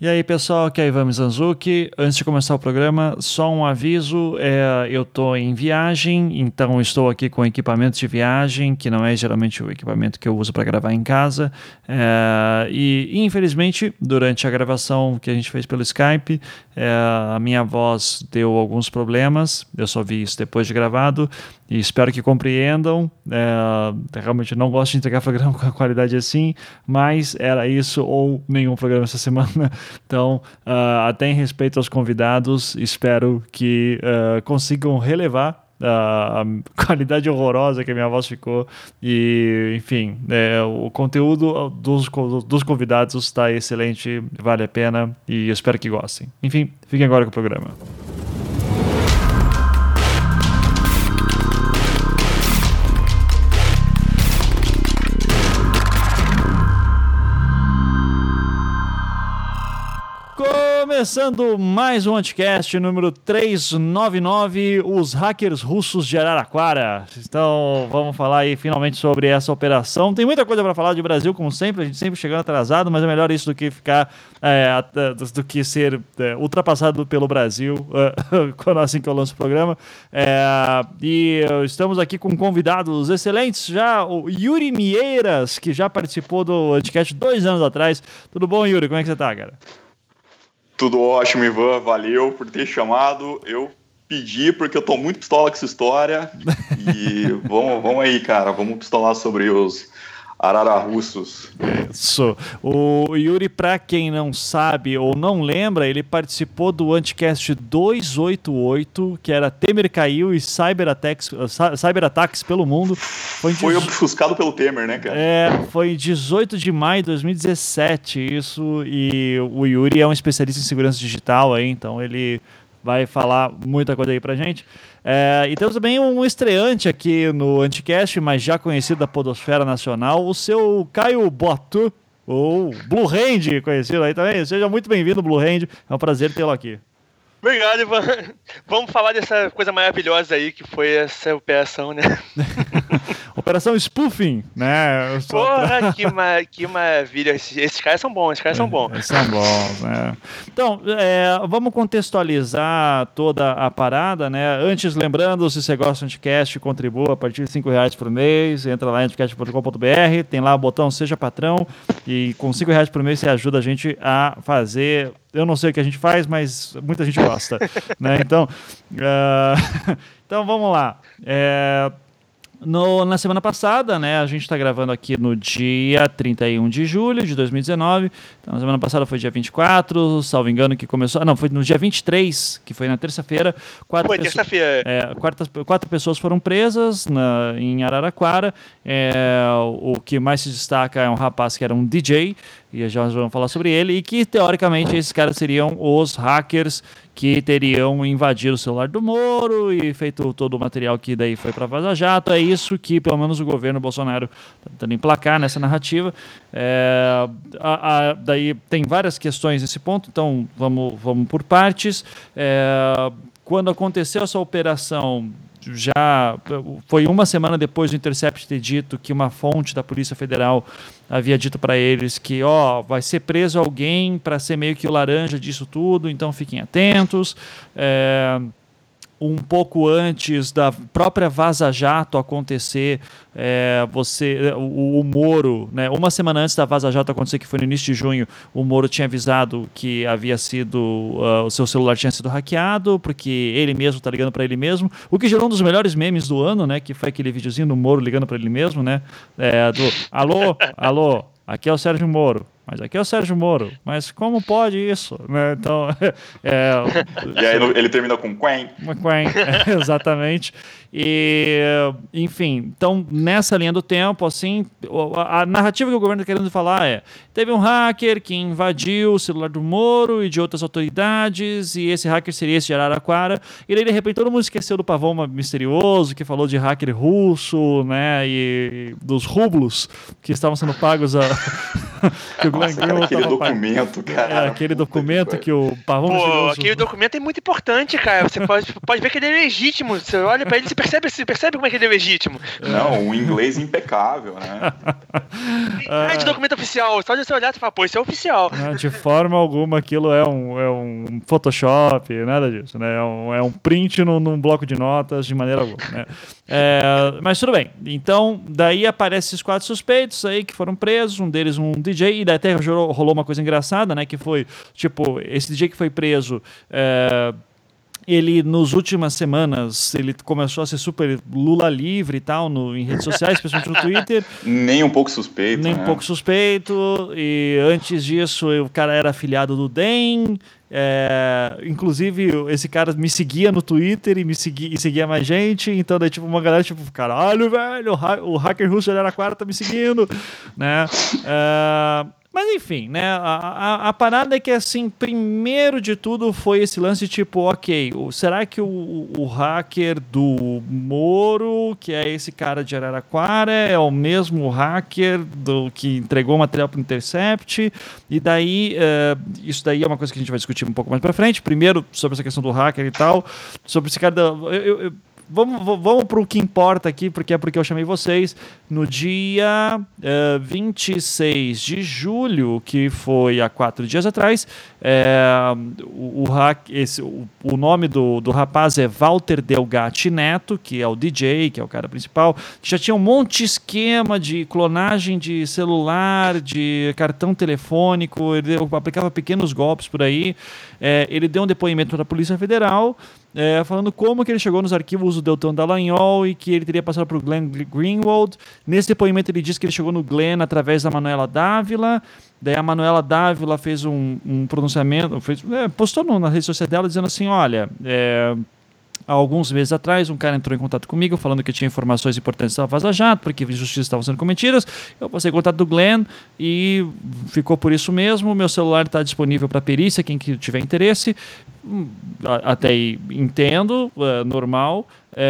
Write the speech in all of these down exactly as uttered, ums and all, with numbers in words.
E aí, pessoal, aqui é Ivan Mizanzuki. Antes de começar o programa, só um aviso, é, eu estou em viagem, então estou aqui com equipamento de viagem, que não é geralmente o equipamento que eu uso para gravar em casa, é, e infelizmente, durante a gravação que a gente fez pelo Skype, é, a minha voz deu alguns problemas, eu só vi isso depois de gravado, e espero que compreendam. É, realmente não gosto de entregar programa com a qualidade assim, mas era isso ou nenhum programa essa semana. Então, uh, até em respeito aos convidados, espero que uh, consigam relevar uh, a qualidade horrorosa que a minha voz ficou. E, enfim, é, o conteúdo dos, dos convidados está excelente, vale a pena e eu espero que gostem. Enfim, fiquem agora com o programa. Começando mais um Anticast número trezentos e noventa e nove, os hackers russos de Araraquara. Então vamos falar aí finalmente sobre essa operação. Tem muita coisa para falar de Brasil, como sempre, a gente sempre chegando atrasado, mas é melhor isso do que ficar é, do que ser é, ultrapassado pelo Brasil é, quando assim que eu lanço o programa. É, e estamos aqui com convidados excelentes, já o Yuri Mieiras, que já participou do Anticast dois anos atrás. Tudo bom, Yuri? Como é que você tá, cara? Tudo ótimo, Ivan. Valeu por ter chamado. Eu pedi porque eu tô muito pistola com essa história. E vamos, vamos aí, cara. Vamos pistolar sobre os arararussos. Isso. O Yuri, pra quem não sabe ou não lembra, ele participou do Anticast duzentos e oitenta e oito, que era Temer caiu e cyberataques, cyberataques pelo mundo. Foi, foi dezo... ofuscado pelo Temer, né, cara? É, foi dezoito de maio de dois mil e dezessete, isso. E o Yuri é um especialista em segurança digital aí, então ele vai falar muita coisa aí pra gente. É, e temos também um estreante aqui no Anticast, mas já conhecido da podosfera nacional, o seu Caio Botu, ou Blue Hand, conhecido aí também. Seja muito bem-vindo, Blue Hand. É um prazer tê-lo aqui. Obrigado, Ivan. Vamos falar dessa coisa maravilhosa aí que foi essa operação, né? Operação Spoofing, né? Porra, que, ma- que maravilha. Esses, esses caras são bons, esses caras são bons. Eles são bons, né? Então, é, vamos contextualizar toda a parada, né? Antes, lembrando, se você gosta do Anticast, contribua a partir de cinco reais por mês. Entra lá em anticast ponto com ponto b r, tem lá o botão Seja Patrão, e com cinco reais por mês você ajuda a gente a fazer... Eu não sei o que a gente faz, mas muita gente gosta, né? Então, uh, então vamos lá. É, no, na semana passada, né, a gente está gravando aqui no dia trinta e um de julho de dois mil e dezenove. Então, na semana passada foi dia vinte e quatro, salvo engano, que começou... Ah, não, foi no dia vinte e três, que foi na terça-feira. Quatro foi pessoas, terça-feira. É, quatro, quatro pessoas foram presas na, em Araraquara. É, o que mais se destaca é um rapaz que era um D J, e já vamos falar sobre ele, e que, teoricamente, esses caras seriam os hackers que teriam invadido o celular do Moro e feito todo o material que daí foi para Vaza Jato. É isso que, pelo menos, o governo Bolsonaro está tentando emplacar nessa narrativa. É, a, a, daí tem várias questões nesse ponto, então vamos, vamos por partes. É, quando aconteceu essa operação... Já foi uma semana depois do Intercept ter dito que uma fonte da Polícia Federal havia dito para eles que ó, vai ser preso alguém para ser meio que o laranja disso tudo, então fiquem atentos. É, um pouco antes da própria Vaza Jato acontecer, é, você, o, o Moro, né, uma semana antes da Vaza Jato acontecer, que foi no início de junho, o Moro tinha avisado que havia sido, uh, o seu celular tinha sido hackeado, porque ele mesmo está ligando para ele mesmo, o que gerou um dos melhores memes do ano, né, que foi aquele videozinho do Moro ligando para ele mesmo, né, é, do alô, alô, aqui é o Sérgio Moro. Mas aqui é o Sérgio Moro. Mas como pode isso? Né? Então, é, e aí ele termina com Quen. Quen, exatamente. E, enfim, então, nessa linha do tempo, assim, a, a narrativa que o governo está querendo falar é: teve um hacker que invadiu o celular do Moro e de outras autoridades, e esse hacker seria esse de Araraquara. E daí, de repente, todo mundo esqueceu do pavão misterioso, que falou de hacker russo, né, e dos rublos que estavam sendo pagos a... que o Glenn Nossa, cara, Greenwald aquele tava documento, par- cara. É, aquele Puta documento que, que o Pavão Pô, Misterioso... aquele documento é muito importante, cara. Você pode, pode ver que ele é legítimo. Você olha pra ele e percebe, você percebe como é que ele é legítimo. Não, um inglês impecável, né? É de documento oficial. Só de você olhar e falar, pô, isso é oficial. Não, de forma alguma aquilo é um, é um Photoshop, nada disso, né? É um, é um print num, num bloco de notas, de maneira alguma, né? É, mas tudo bem. Então, daí aparecem esses quatro suspeitos aí que foram presos, um deles um D J, e daí até rolou uma coisa engraçada, né? Que foi, tipo, esse D J que foi preso... É, ele, nas últimas semanas, ele começou a ser super Lula livre e tal, no, em redes sociais, especialmente no Twitter. Nem um pouco suspeito, Nem né? um pouco suspeito. E antes disso, o cara era afiliado do D E M. É, inclusive, esse cara me seguia no Twitter e me seguia, e seguia mais gente. Então, daí, tipo, uma galera, tipo, caralho, velho, o, ha o hacker russo de Araraquara tá me seguindo, né? É, mas enfim, né, a, a, a parada é que, assim, primeiro de tudo foi esse lance, tipo, ok, o, será que o, o hacker do Moro, que é esse cara de Araraquara, é o mesmo hacker do que entregou o material para o Intercept? E daí, uh, isso daí é uma coisa que a gente vai discutir um pouco mais para frente. Primeiro, sobre essa questão do hacker e tal, sobre esse cara da... Eu, eu, eu, Vamos, vamos para o que importa aqui, porque é porque eu chamei vocês. No dia uh, vinte e seis de julho, que foi há quatro dias atrás, é, o, o, hack, esse, o, o nome do, do rapaz é Walter Delgatti Neto, que é o D J, que é o cara principal. Já tinha um monte de esquema de clonagem de celular, de cartão telefônico, ele aplicava pequenos golpes por aí. É, ele deu um depoimento para a Polícia Federal, É, falando como que ele chegou nos arquivos do Deltan Dallagnol e que ele teria passado por Glenn Greenwald. Nesse depoimento ele disse que ele chegou no Glenn através da Manuela Dávila. Daí a Manuela Dávila fez um, um pronunciamento, fez, é, postou no, na rede social dela dizendo assim, olha... É, há alguns meses atrás, um cara entrou em contato comigo falando que tinha informações importantes da Vaza Jato, porque injustiças estavam sendo cometidas. Eu passei contato do Glenn e ficou por isso mesmo. Meu celular está disponível para perícia, quem que tiver interesse. Até aí entendo, é normal.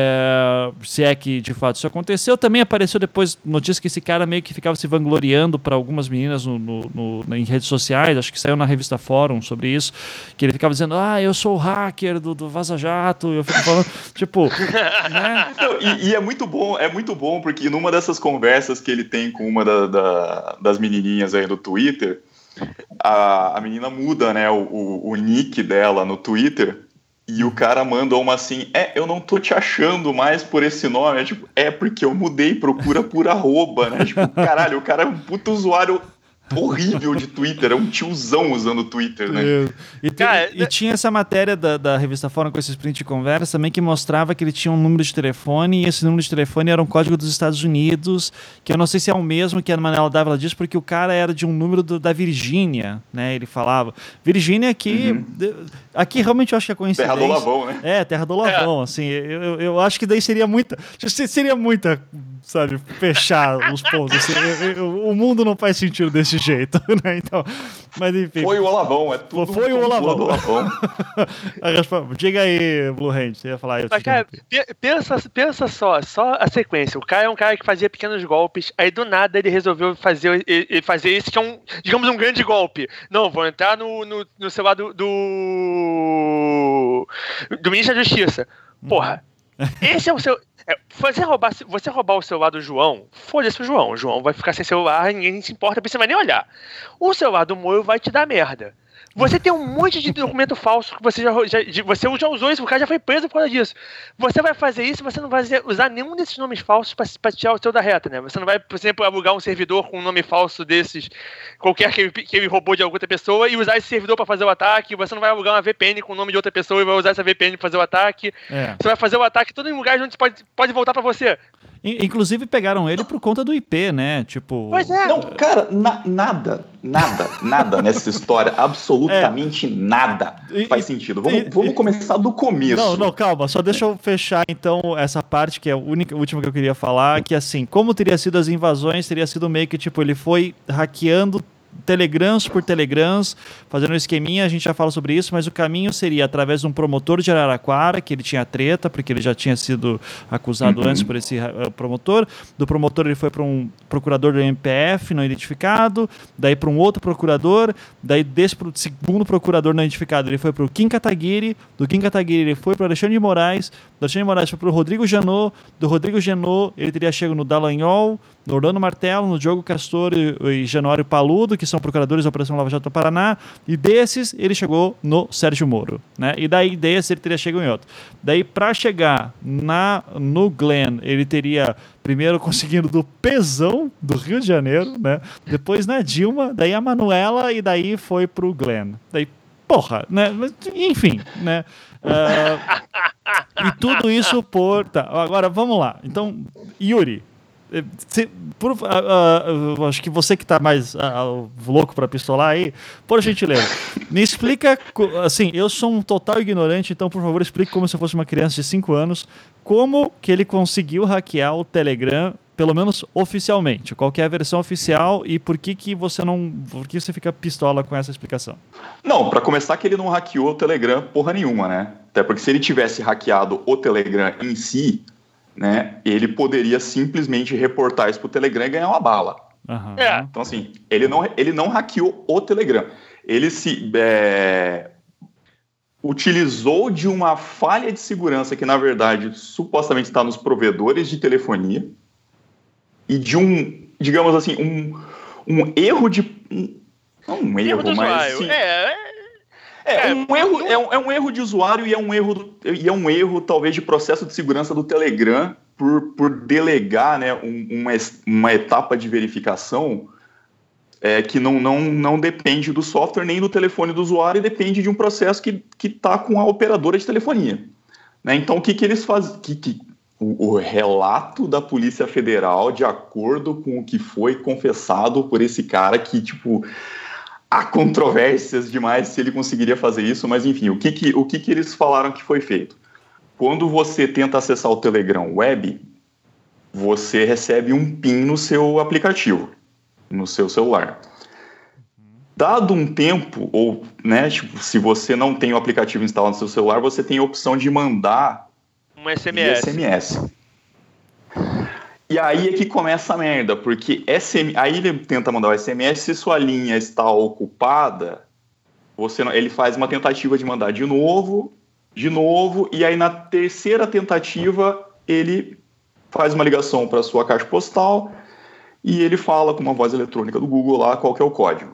É, se é que de fato isso aconteceu. Também apareceu depois notícia que esse cara meio que ficava se vangloriando para algumas meninas no, no, no, em redes sociais, acho que saiu na revista Fórum sobre isso, que ele ficava dizendo, ah, eu sou o hacker do, do Vaza Jato, eu fico falando, tipo, né? Não, e, e é muito bom, é muito bom, porque numa dessas conversas que ele tem com uma da, da, das menininhas aí do Twitter, a, a menina muda, né, o, o, o nick dela no Twitter. E o cara manda uma assim, é, eu não tô te achando mais por esse nome. É, tipo, é porque eu mudei, procura por arroba, né? Tipo, caralho, o cara é um puto usuário horrível de Twitter, é um tiozão usando o Twitter, né? E, tem, Cara, e tinha essa matéria da, da revista Fórum com esses print de conversa também que mostrava que ele tinha um número de telefone e esse número de telefone era um código dos Estados Unidos, que eu não sei se é o mesmo que a Manuela Dávila diz, porque o cara era de um número do, da Virgínia, né? Ele falava. Virgínia aqui, uhum. aqui realmente eu acho que é coincidência. Terra do Lavão, né? É, Terra do Lavão, é. assim, eu, eu, eu acho que daí seria muita, seria muita, sabe, fechar os pontos, assim, eu, eu, o mundo não faz sentido desse jeito, né? Então, mas enfim. Foi o Olavão, é tudo. Foi o Olavão. Olavão. Diga aí, Blue Hand, você ia falar. Eu mas, cara, pensa, pensa só, só a sequência. O cara é um cara que fazia pequenos golpes, aí do nada ele resolveu fazer, fazer esse que é um, digamos, um grande golpe. Não, vou entrar no, no, no celular do, do, do ministro da Justiça. Porra, esse é o seu... É, você, roubar, você roubar o celular do João, foda-se o João. O João vai ficar sem celular, ninguém se importa, você vai nem olhar. O celular do Moro vai te dar merda. Você tem um monte de documento falso que você já, já, você já usou isso, o cara já foi preso por causa disso. Você vai fazer isso, você não vai usar nenhum desses nomes falsos para tirar o seu da reta, né? Você não vai, por exemplo, alugar um servidor com um nome falso desses, qualquer que ele, que ele roubou de alguma outra pessoa, e usar esse servidor para fazer o ataque. Você não vai alugar uma V P N com o nome de outra pessoa e vai usar essa V P N para fazer o ataque. É. Você vai fazer o ataque todo em lugares onde pode, pode voltar para você. Inclusive pegaram ele por conta do I P, né? Tipo. Pois é. Não, cara, na, nada, nada, nada nessa história, absolutamente é. nada faz e, sentido. Vamos, e, vamos começar do começo. Não, não, calma, só deixa eu fechar então essa parte que é a única, a última que eu queria falar, que assim, como teria sido as invasões, teria sido meio que tipo, ele foi hackeando telegrams por telegrams, fazendo um esqueminha, a gente já fala sobre isso, mas o caminho seria através de um promotor de Araraquara, que ele tinha treta, porque ele já tinha sido acusado uhum. antes por esse uh, promotor. Do promotor ele foi para um procurador do M P F não identificado, daí para um outro procurador, daí desse pro segundo procurador não identificado ele foi para o Kim Kataguiri, do Kim Kataguiri ele foi para o Alexandre de Moraes, do Alexandre de Moraes foi para o Rodrigo Janot, do Rodrigo Janot ele teria chegado no Dallagnol, no Orlando Martello, no Diogo Castor e, e Januário Paludo, que são procuradores da Operação Lava Jato do Paraná, e desses ele chegou no Sérgio Moro, né? E daí desse ele teria chegado em outro. Daí para chegar na, no Glenn, ele teria primeiro conseguindo do Pezão do Rio de Janeiro, né? Depois na Dilma, daí a Manuela e daí foi pro Glenn. Daí, porra, né? Enfim, né? Uh, e tudo isso por... Tá, agora vamos lá. Então, Yuri, Se, por, uh, uh, acho que você que está mais uh, louco para pistolar aí, por gentileza, me explica, assim, eu sou um total ignorante, então por favor explique como se eu fosse uma criança de cinco anos, como que ele conseguiu hackear o Telegram, pelo menos oficialmente, qual que é a versão oficial e por que que você não, por que você fica pistola com essa explicação? Não, para começar que ele não hackeou o Telegram porra nenhuma, né? Até porque se ele tivesse hackeado o Telegram em si, né, ele poderia simplesmente reportar isso pro Telegram e ganhar uma bala. Uhum. É. Então, assim, ele não, ele não hackeou o Telegram. Ele se é, utilizou de uma falha de segurança que, na verdade, supostamente está nos provedores de telefonia e de um, digamos assim, um, um erro de... Um, não um erro, erro mas... Assim, é, É, é, um erro, é, um, é um erro de usuário e é um erro, do, e é um erro talvez de processo de segurança do Telegram por, por delegar, né, um, uma, uma etapa de verificação é, que não, não, não depende do software nem do telefone do usuário e depende de um processo que está com a operadora de telefonia. Né? Então, o que, que eles fazem? Que, que, o, o relato da Polícia Federal, de acordo com o que foi confessado por esse cara que, tipo... Há controvérsias demais se ele conseguiria fazer isso, mas enfim, o que que, o que que eles falaram que foi feito? Quando você tenta acessar o Telegram Web, você recebe um PIN no seu aplicativo, no seu celular. Dado um tempo, ou, né, tipo, se você não tem o aplicativo instalado no seu celular, você tem a opção de mandar um S M S. S M S. E aí é que começa a merda, porque S M... aí ele tenta mandar o S M S, se sua linha está ocupada, você não... ele faz uma tentativa de mandar de novo, de novo, e aí na terceira tentativa ele faz uma ligação para a sua caixa postal e ele fala com uma voz eletrônica do Google lá qual que é o código.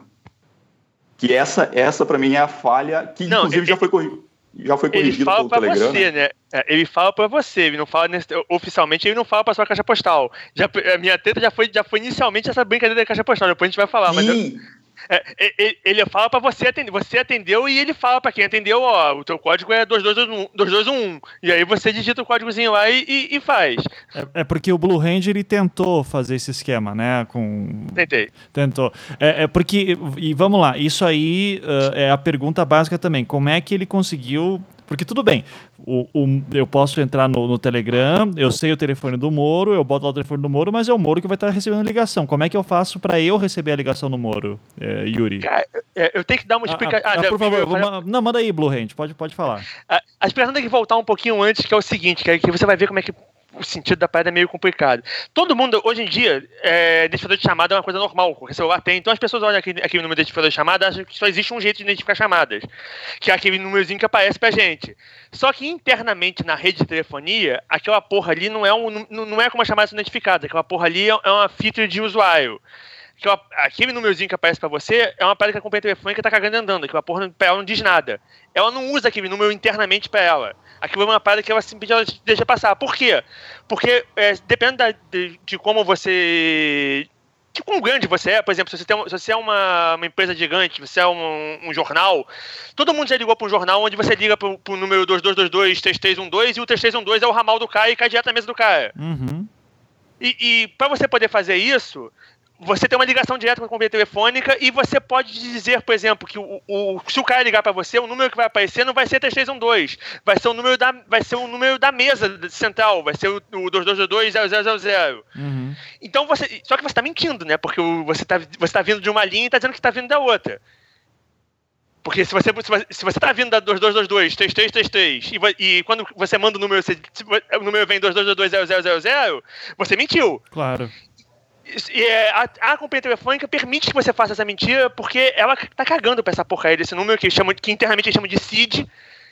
Que essa, essa para mim é a falha que não, inclusive ele... já foi corrigida. Já foi corrigido pelo Telegram. Você, né? Ele fala para você, ele não fala nesse, oficialmente, ele não fala para sua caixa postal. Já, a minha treta já foi, já foi inicialmente essa brincadeira da caixa postal, depois a gente vai falar. Mas eu, é, ele, ele fala para você atender, você atendeu e ele fala para quem atendeu, ó, o teu código é dois dois um um. E aí você digita o códigozinho lá e, e, e faz. É, é porque o Blue Hand ele tentou fazer esse esquema, né? Com... Tentei. Tentou. É, é porque, e vamos lá, isso aí uh, é a pergunta básica também. Como é que ele conseguiu... Porque tudo bem, o, o, eu posso entrar no, no Telegram, eu sei o telefone do Moro, eu boto lá o telefone do Moro, mas é o Moro que vai estar recebendo a ligação. Como é que eu faço para eu receber a ligação do Moro, é, Yuri? Cara, eu tenho que dar uma explicação. Ah, ah, ah, por favor, eu, eu, não, manda aí, Blue Hand, pode, pode falar. A, a explicação tem que voltar um pouquinho antes, que é o seguinte, que, é, que você vai ver como é que o sentido da parada é meio complicado. Todo mundo, hoje em dia, é, identificador de chamada é uma coisa normal, qualquer celular tem. Então as pessoas olham aqui, aqui no número de identificador de chamada e acham que só existe um jeito de identificar chamadas, que é aquele númerozinho que aparece pra gente. Só que internamente na rede de telefonia, aquela porra ali não é, um, não, não é como a chamada identificada, aquela porra ali é uma feature de usuário. Aquela, aquele númerozinho que aparece pra você é uma parada que a companhia telefônica tá cagando andando, aquela porra pra ela não diz nada. Ela não usa aquele número internamente pra ela. Aquilo é uma parada que ela simplesmente deixa passar. Por quê? Porque é, depende da, de, de como você... de quão grande você é. Por exemplo, se você, tem, se você é uma, uma empresa gigante, você é um, um jornal, todo mundo já ligou para um jornal onde você liga para o número dois dois dois dois, três três um dois e o três três um dois é o ramal do cara e cai direto na mesa do cara. Uhum. E, e para você poder fazer isso... você tem uma ligação direta com a companhia telefônica e você pode dizer, por exemplo, que o, o, se o cara ligar para você, o número que vai aparecer não vai ser três três um dois, vai ser o número da, vai ser o número da mesa central, vai ser o, o dois dois dois dois zero zero zero zero. Uhum. Então você, só que você está mentindo, né? Porque o, você está você tá vindo de uma linha e está dizendo que está vindo da outra. Porque se você se você está vindo da dois dois dois dois, três três três três e, e quando você manda o número, você, o número vem dois dois dois dois zero zero zero zero, você mentiu. Claro. E a, a companhia telefônica permite que você faça essa mentira porque ela tá cagando pra essa porcaria desse número que, chama, que internamente eles chamam de S I D.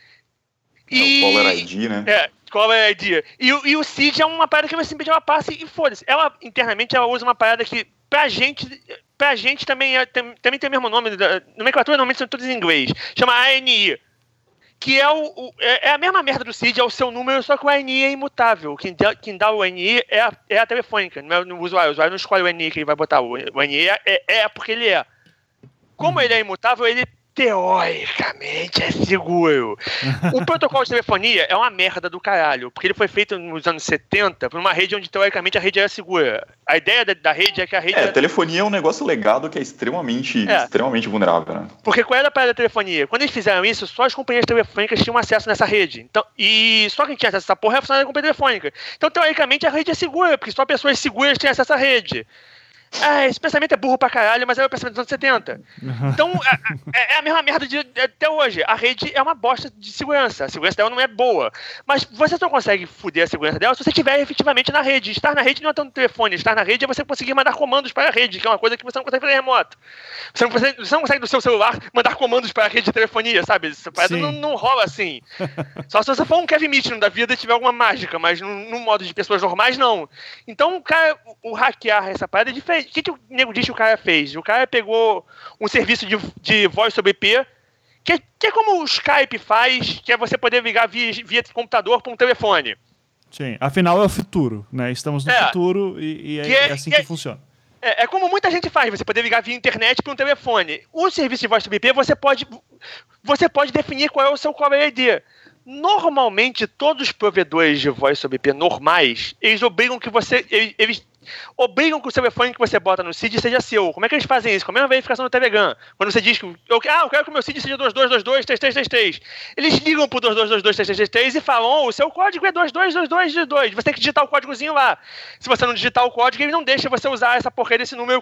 E, é o Caller I D, né? É, Caller I D. E, e o S I D é uma parada que você simplesmente ela passa e foda-se. Ela, internamente, ela usa uma parada que pra gente, pra gente também, é, tem, também tem o mesmo nome. Nomenclatura normalmente são todos em inglês. Chama A N I. Que é, o, o, é a mesma merda do S I D, é o seu número, só que o A N I é imutável. Quem dá, quem dá o A N I é a, é a telefônica, não é o usuário. O usuário não escolhe o A N I que ele vai botar. O, o A N I é, é, é porque ele é. Como ele é imutável, ele teoricamente é seguro. O protocolo de telefonia é uma merda do caralho, porque ele foi feito nos anos setenta por uma rede onde teoricamente a rede era segura. A ideia da, da rede é que a rede... É, era... telefonia é um negócio legado que é extremamente, é. extremamente vulnerável, né? Porque qual era a parada da telefonia? Quando eles fizeram isso, só as companhias telefônicas tinham acesso nessa rede. Então, e só quem tinha acesso a essa porra era a funcionária da companhia telefônica. Então, teoricamente, a rede é segura, porque só pessoas seguras têm acesso à rede. Ah, esse pensamento é burro pra caralho, mas é o pensamento dos anos setenta. Então, é, é a mesma merda de, de, até hoje. A rede é uma bosta de segurança. A segurança dela não é boa. Mas você só consegue foder a segurança dela se você estiver efetivamente na rede. Estar na rede não é tanto telefone. Estar na rede é você conseguir mandar comandos para a rede, que é uma coisa que você não consegue fazer remoto. Você não consegue, você não consegue do seu celular mandar comandos para a rede de telefonia, sabe? Essa parada não, não rola assim. Só se você for um Kevin Mitchell da vida e tiver alguma mágica, mas no, no modo de pessoas normais, não. Então, o cara, o, o hackear essa parada é diferente. O que, que o nego diz que o cara fez? O cara pegou um serviço de, de voz sobre I P, que é, que é como o Skype faz, que é você poder ligar via, via computador para um telefone. Sim, afinal é o futuro, né? Estamos no é, futuro e, e é, é, é assim que, que é, funciona. É, é como muita gente faz, você poder ligar via internet para um telefone. O serviço de voz sobre I P, você pode, você pode definir qual é o seu Caller I D. Normalmente, todos os provedores de voz sobre I P normais, eles obrigam que você... Eles, eles obrigam que o telefone que você bota no S I D seja seu. Como é que eles fazem isso? Com a mesma verificação do Telegram. Quando você diz que eu, ah, eu quero que o meu S I D seja dois dois dois dois três três três três. Eles ligam pro dois dois dois dois três três três três e falam, oh, o seu código é dois dois dois dois dois dois. Você tem que digitar o códigozinho lá. Se você não digitar o código, ele não deixa você usar essa porcaria desse número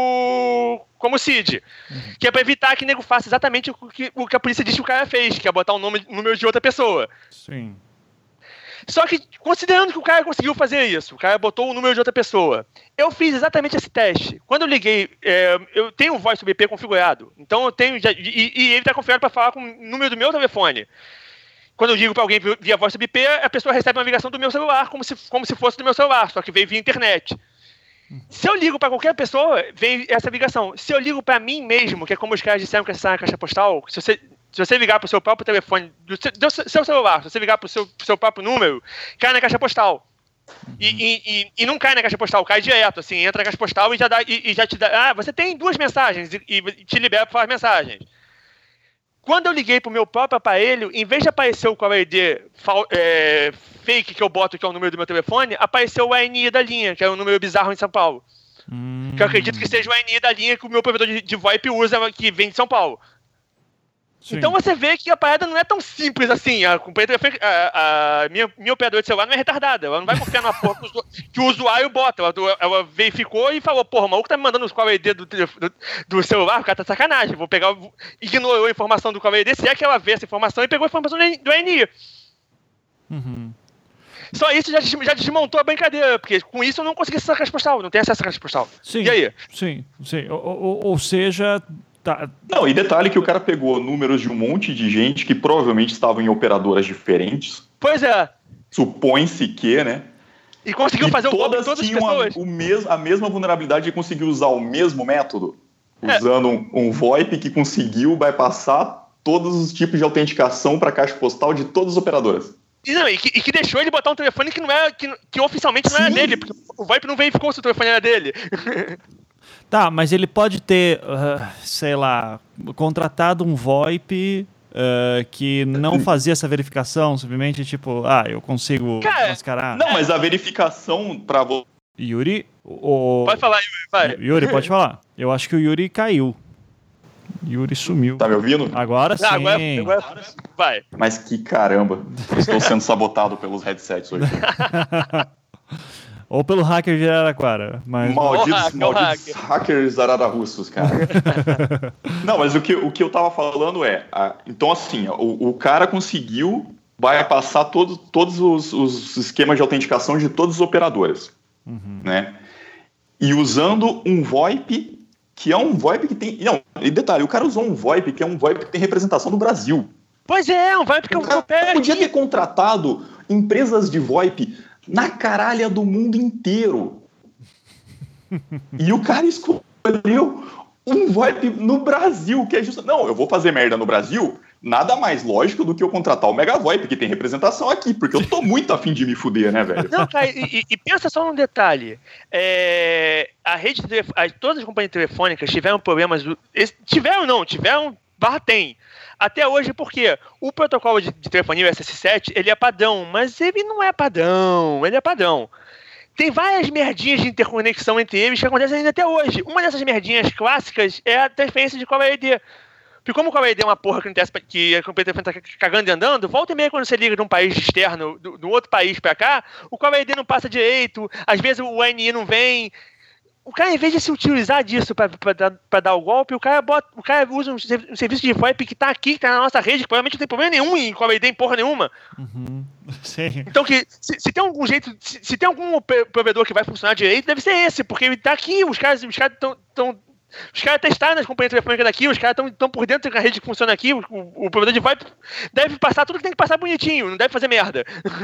como como S I D. Uhum. Que é pra evitar que o nego faça exatamente o que, o que a polícia disse que o cara fez, que é botar o nome, número de outra pessoa. Sim. Só que, considerando que o cara conseguiu fazer isso, o cara botou o número de outra pessoa, eu fiz exatamente esse teste. Quando eu liguei, é, eu tenho o Voice sobre I P configurado, então eu tenho, já, e, e ele está configurado para falar com o número do meu telefone. Quando eu ligo para alguém via Voice sobre I P, a pessoa recebe uma ligação do meu celular, como se, como se fosse do meu celular, só que veio via internet. Se eu ligo para qualquer pessoa, vem essa ligação. Se eu ligo para mim mesmo, que é como os caras disseram que acessar a caixa postal, se você... Se você ligar para o seu próprio telefone, do seu, do seu celular, se você ligar para o seu, seu próprio número, cai na caixa postal. E, e, e, e não cai na caixa postal, cai direto, assim, entra na caixa postal e já, dá, e, e já te dá... Ah, você tem duas mensagens e, e te libera para falar mensagens. Quando eu liguei para o meu próprio aparelho, em vez de aparecer o Caller I D é, fake que eu boto, que é o número do meu telefone, apareceu o A N I da linha, que é um número bizarro em São Paulo. Hum. Que eu acredito que seja o A N I da linha que o meu provedor de, de VoIP usa, que vem de São Paulo. Sim. Então você vê que a parada não é tão simples assim. A, a, a minha, minha operadora de celular não é retardada. Ela não vai confiar na porra que o usuário bota. Ela, ela verificou e falou, porra, o maluco tá me mandando os Caller I D do, do, do celular, o cara tá de sacanagem. Vou pegar, ignorou a informação do Caller I D, se é que ela vê essa informação, e pegou a informação do A N I. Uhum. Só isso já, já desmontou a brincadeira, porque com isso eu não consegui acessar a caixa postal, não tem acesso à caixa postal. Sim, e aí? Sim, sim. Ou, ou, ou seja... Tá. Não, e detalhe que o cara pegou números de um monte de gente que provavelmente estavam em operadoras diferentes. Pois é. Supõe-se que, né? E conseguiu e fazer um golpe todas em todas as tinham pessoas. A, o mes, a mesma vulnerabilidade de conseguir usar o mesmo método. É. Usando um, um VoIP que conseguiu bypassar todos os tipos de autenticação para a caixa postal de todas as operadoras. E, não, e, que, e que deixou ele botar um telefone que, não é, que, que oficialmente não Sim. era dele, porque o VoIP não verificou se o telefone era dele. Tá, mas ele pode ter, uh, sei lá, contratado um VoIP uh, que não fazia essa verificação, simplesmente tipo, ah, eu consigo Cara, mascarar. Não, mas a verificação para você Yuri... O... Pode falar, Yuri, vai. Yuri, pode falar. Eu acho que o Yuri caiu. Yuri sumiu. Tá me ouvindo? Agora sim. Não, agora, agora vai. Mas que caramba. Estou sendo sabotado pelos headsets hoje. Ou pelo hacker de Araraquara. Mas... Malditos, hacker, malditos hacker. hackers arararussos, cara. Não, mas o que, o que eu tava falando é... A, então, assim, o, o cara conseguiu bypassar todo, todos os, os esquemas de autenticação de todas as operadoras. Uhum. Né? E usando um VoIP, que é um VoIP que tem... Não, e detalhe, o cara usou um VoIP que é um VoIP que tem representação do Brasil. Pois é, um VoIP que eu cara pego podia aqui. ter contratado empresas de VoIP na caralha do mundo inteiro. E o cara escolheu um VoIP no Brasil, que é justo... Não, eu vou fazer merda no Brasil... Nada mais lógico do que eu contratar o Mega VoIP, que tem representação aqui, porque eu tô muito afim de me fuder, né, velho? Não, cara, e, e pensa só num detalhe. É, a rede de telef... Todas as companhias telefônicas tiveram problemas. Do... Tiveram, não, tiveram, barra tem. Até hoje, porque o protocolo de, de telefonia, o S S sete, ele é padrão, mas ele não é padrão, ele é padrão. Tem várias merdinhas de interconexão entre eles que acontecem ainda até hoje. Uma dessas merdinhas clássicas é a transferência de código A E D. Porque como o código A E D é uma porra que, não interessa, que a companhia tá cagando e andando, volta e meia quando você liga de um país externo, do, do outro país pra cá, o código A E D não passa direito, às vezes o A N I não vem. O cara, em vez de se utilizar disso pra, pra, pra, pra dar o golpe, o cara, bota, o cara usa um, um serviço de VoIP que tá aqui, que tá na nossa rede, que provavelmente não tem problema nenhum em código A E D em porra nenhuma. Uhum. Sim. Então, que, se, se tem algum jeito, se, se tem algum provedor que vai funcionar direito, deve ser esse, porque ele tá aqui, os caras os caras estão... Tão, Os caras testaram nas companhias telefônicas daqui, os caras estão por dentro da rede que funciona aqui, o, o, o provedor de VoIP deve passar tudo que tem que passar bonitinho, não deve fazer merda.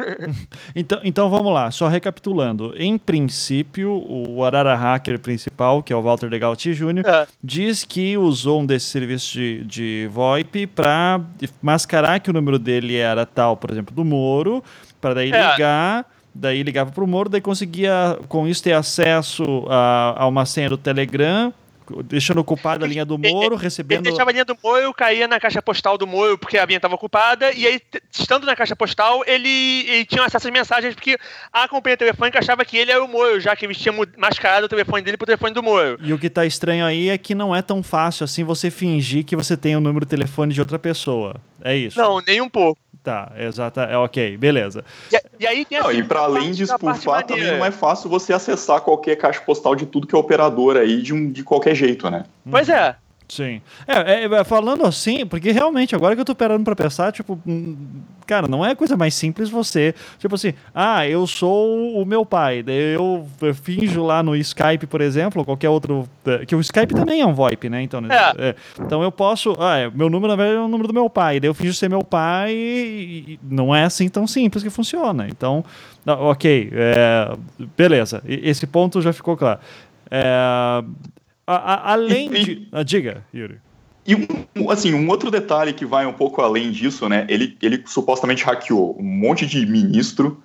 então, então vamos lá, só recapitulando. Em princípio, o Arara Hacker principal, que é o Walter Legalti Júnior, é. diz que usou um desses serviços de, de VoIP para mascarar que o número dele era tal, por exemplo, do Moro, para daí é. ligar... Daí ligava para o Moro, daí conseguia com isso ter acesso a, a uma senha do Telegram, deixando ocupada a linha do Moro, ele, recebendo... Ele deixava a linha do Moro, caía na caixa postal do Moro, porque a linha estava ocupada, e aí, estando na caixa postal, ele, ele tinha acesso às mensagens, porque a companhia telefônica achava que ele era o Moro, já que eles tinham mascarado o telefone dele pro telefone do Moro. E o que tá estranho aí é que não é tão fácil assim você fingir que você tem o número de telefone de outra pessoa. É isso? Não, nem um pouco. Tá, exata, é ok, beleza. E, e aí tem não, assim, e para além de espufar, também não é fácil você acessar qualquer caixa postal de tudo que é operador aí de, um, de qualquer jeito, né? Pois é. Sim. É, é, falando assim, porque realmente, agora que eu tô parando pra pensar, tipo, cara, não é a coisa mais simples você, tipo assim, ah, eu sou o meu pai, daí eu finjo lá no Skype, por exemplo, ou qualquer outro, que o Skype também é um VoIP, né, então, é. É, então eu posso, ah, é, meu número na verdade é o número do meu pai, daí eu finjo ser meu pai e, e não é assim tão simples que funciona, então, ok, é, beleza, esse ponto já ficou claro. É... A, a, além e, de... Ah, diga, Yuri. E, um, assim, um outro detalhe que vai um pouco além disso, né? Ele, ele supostamente hackeou um monte de ministro,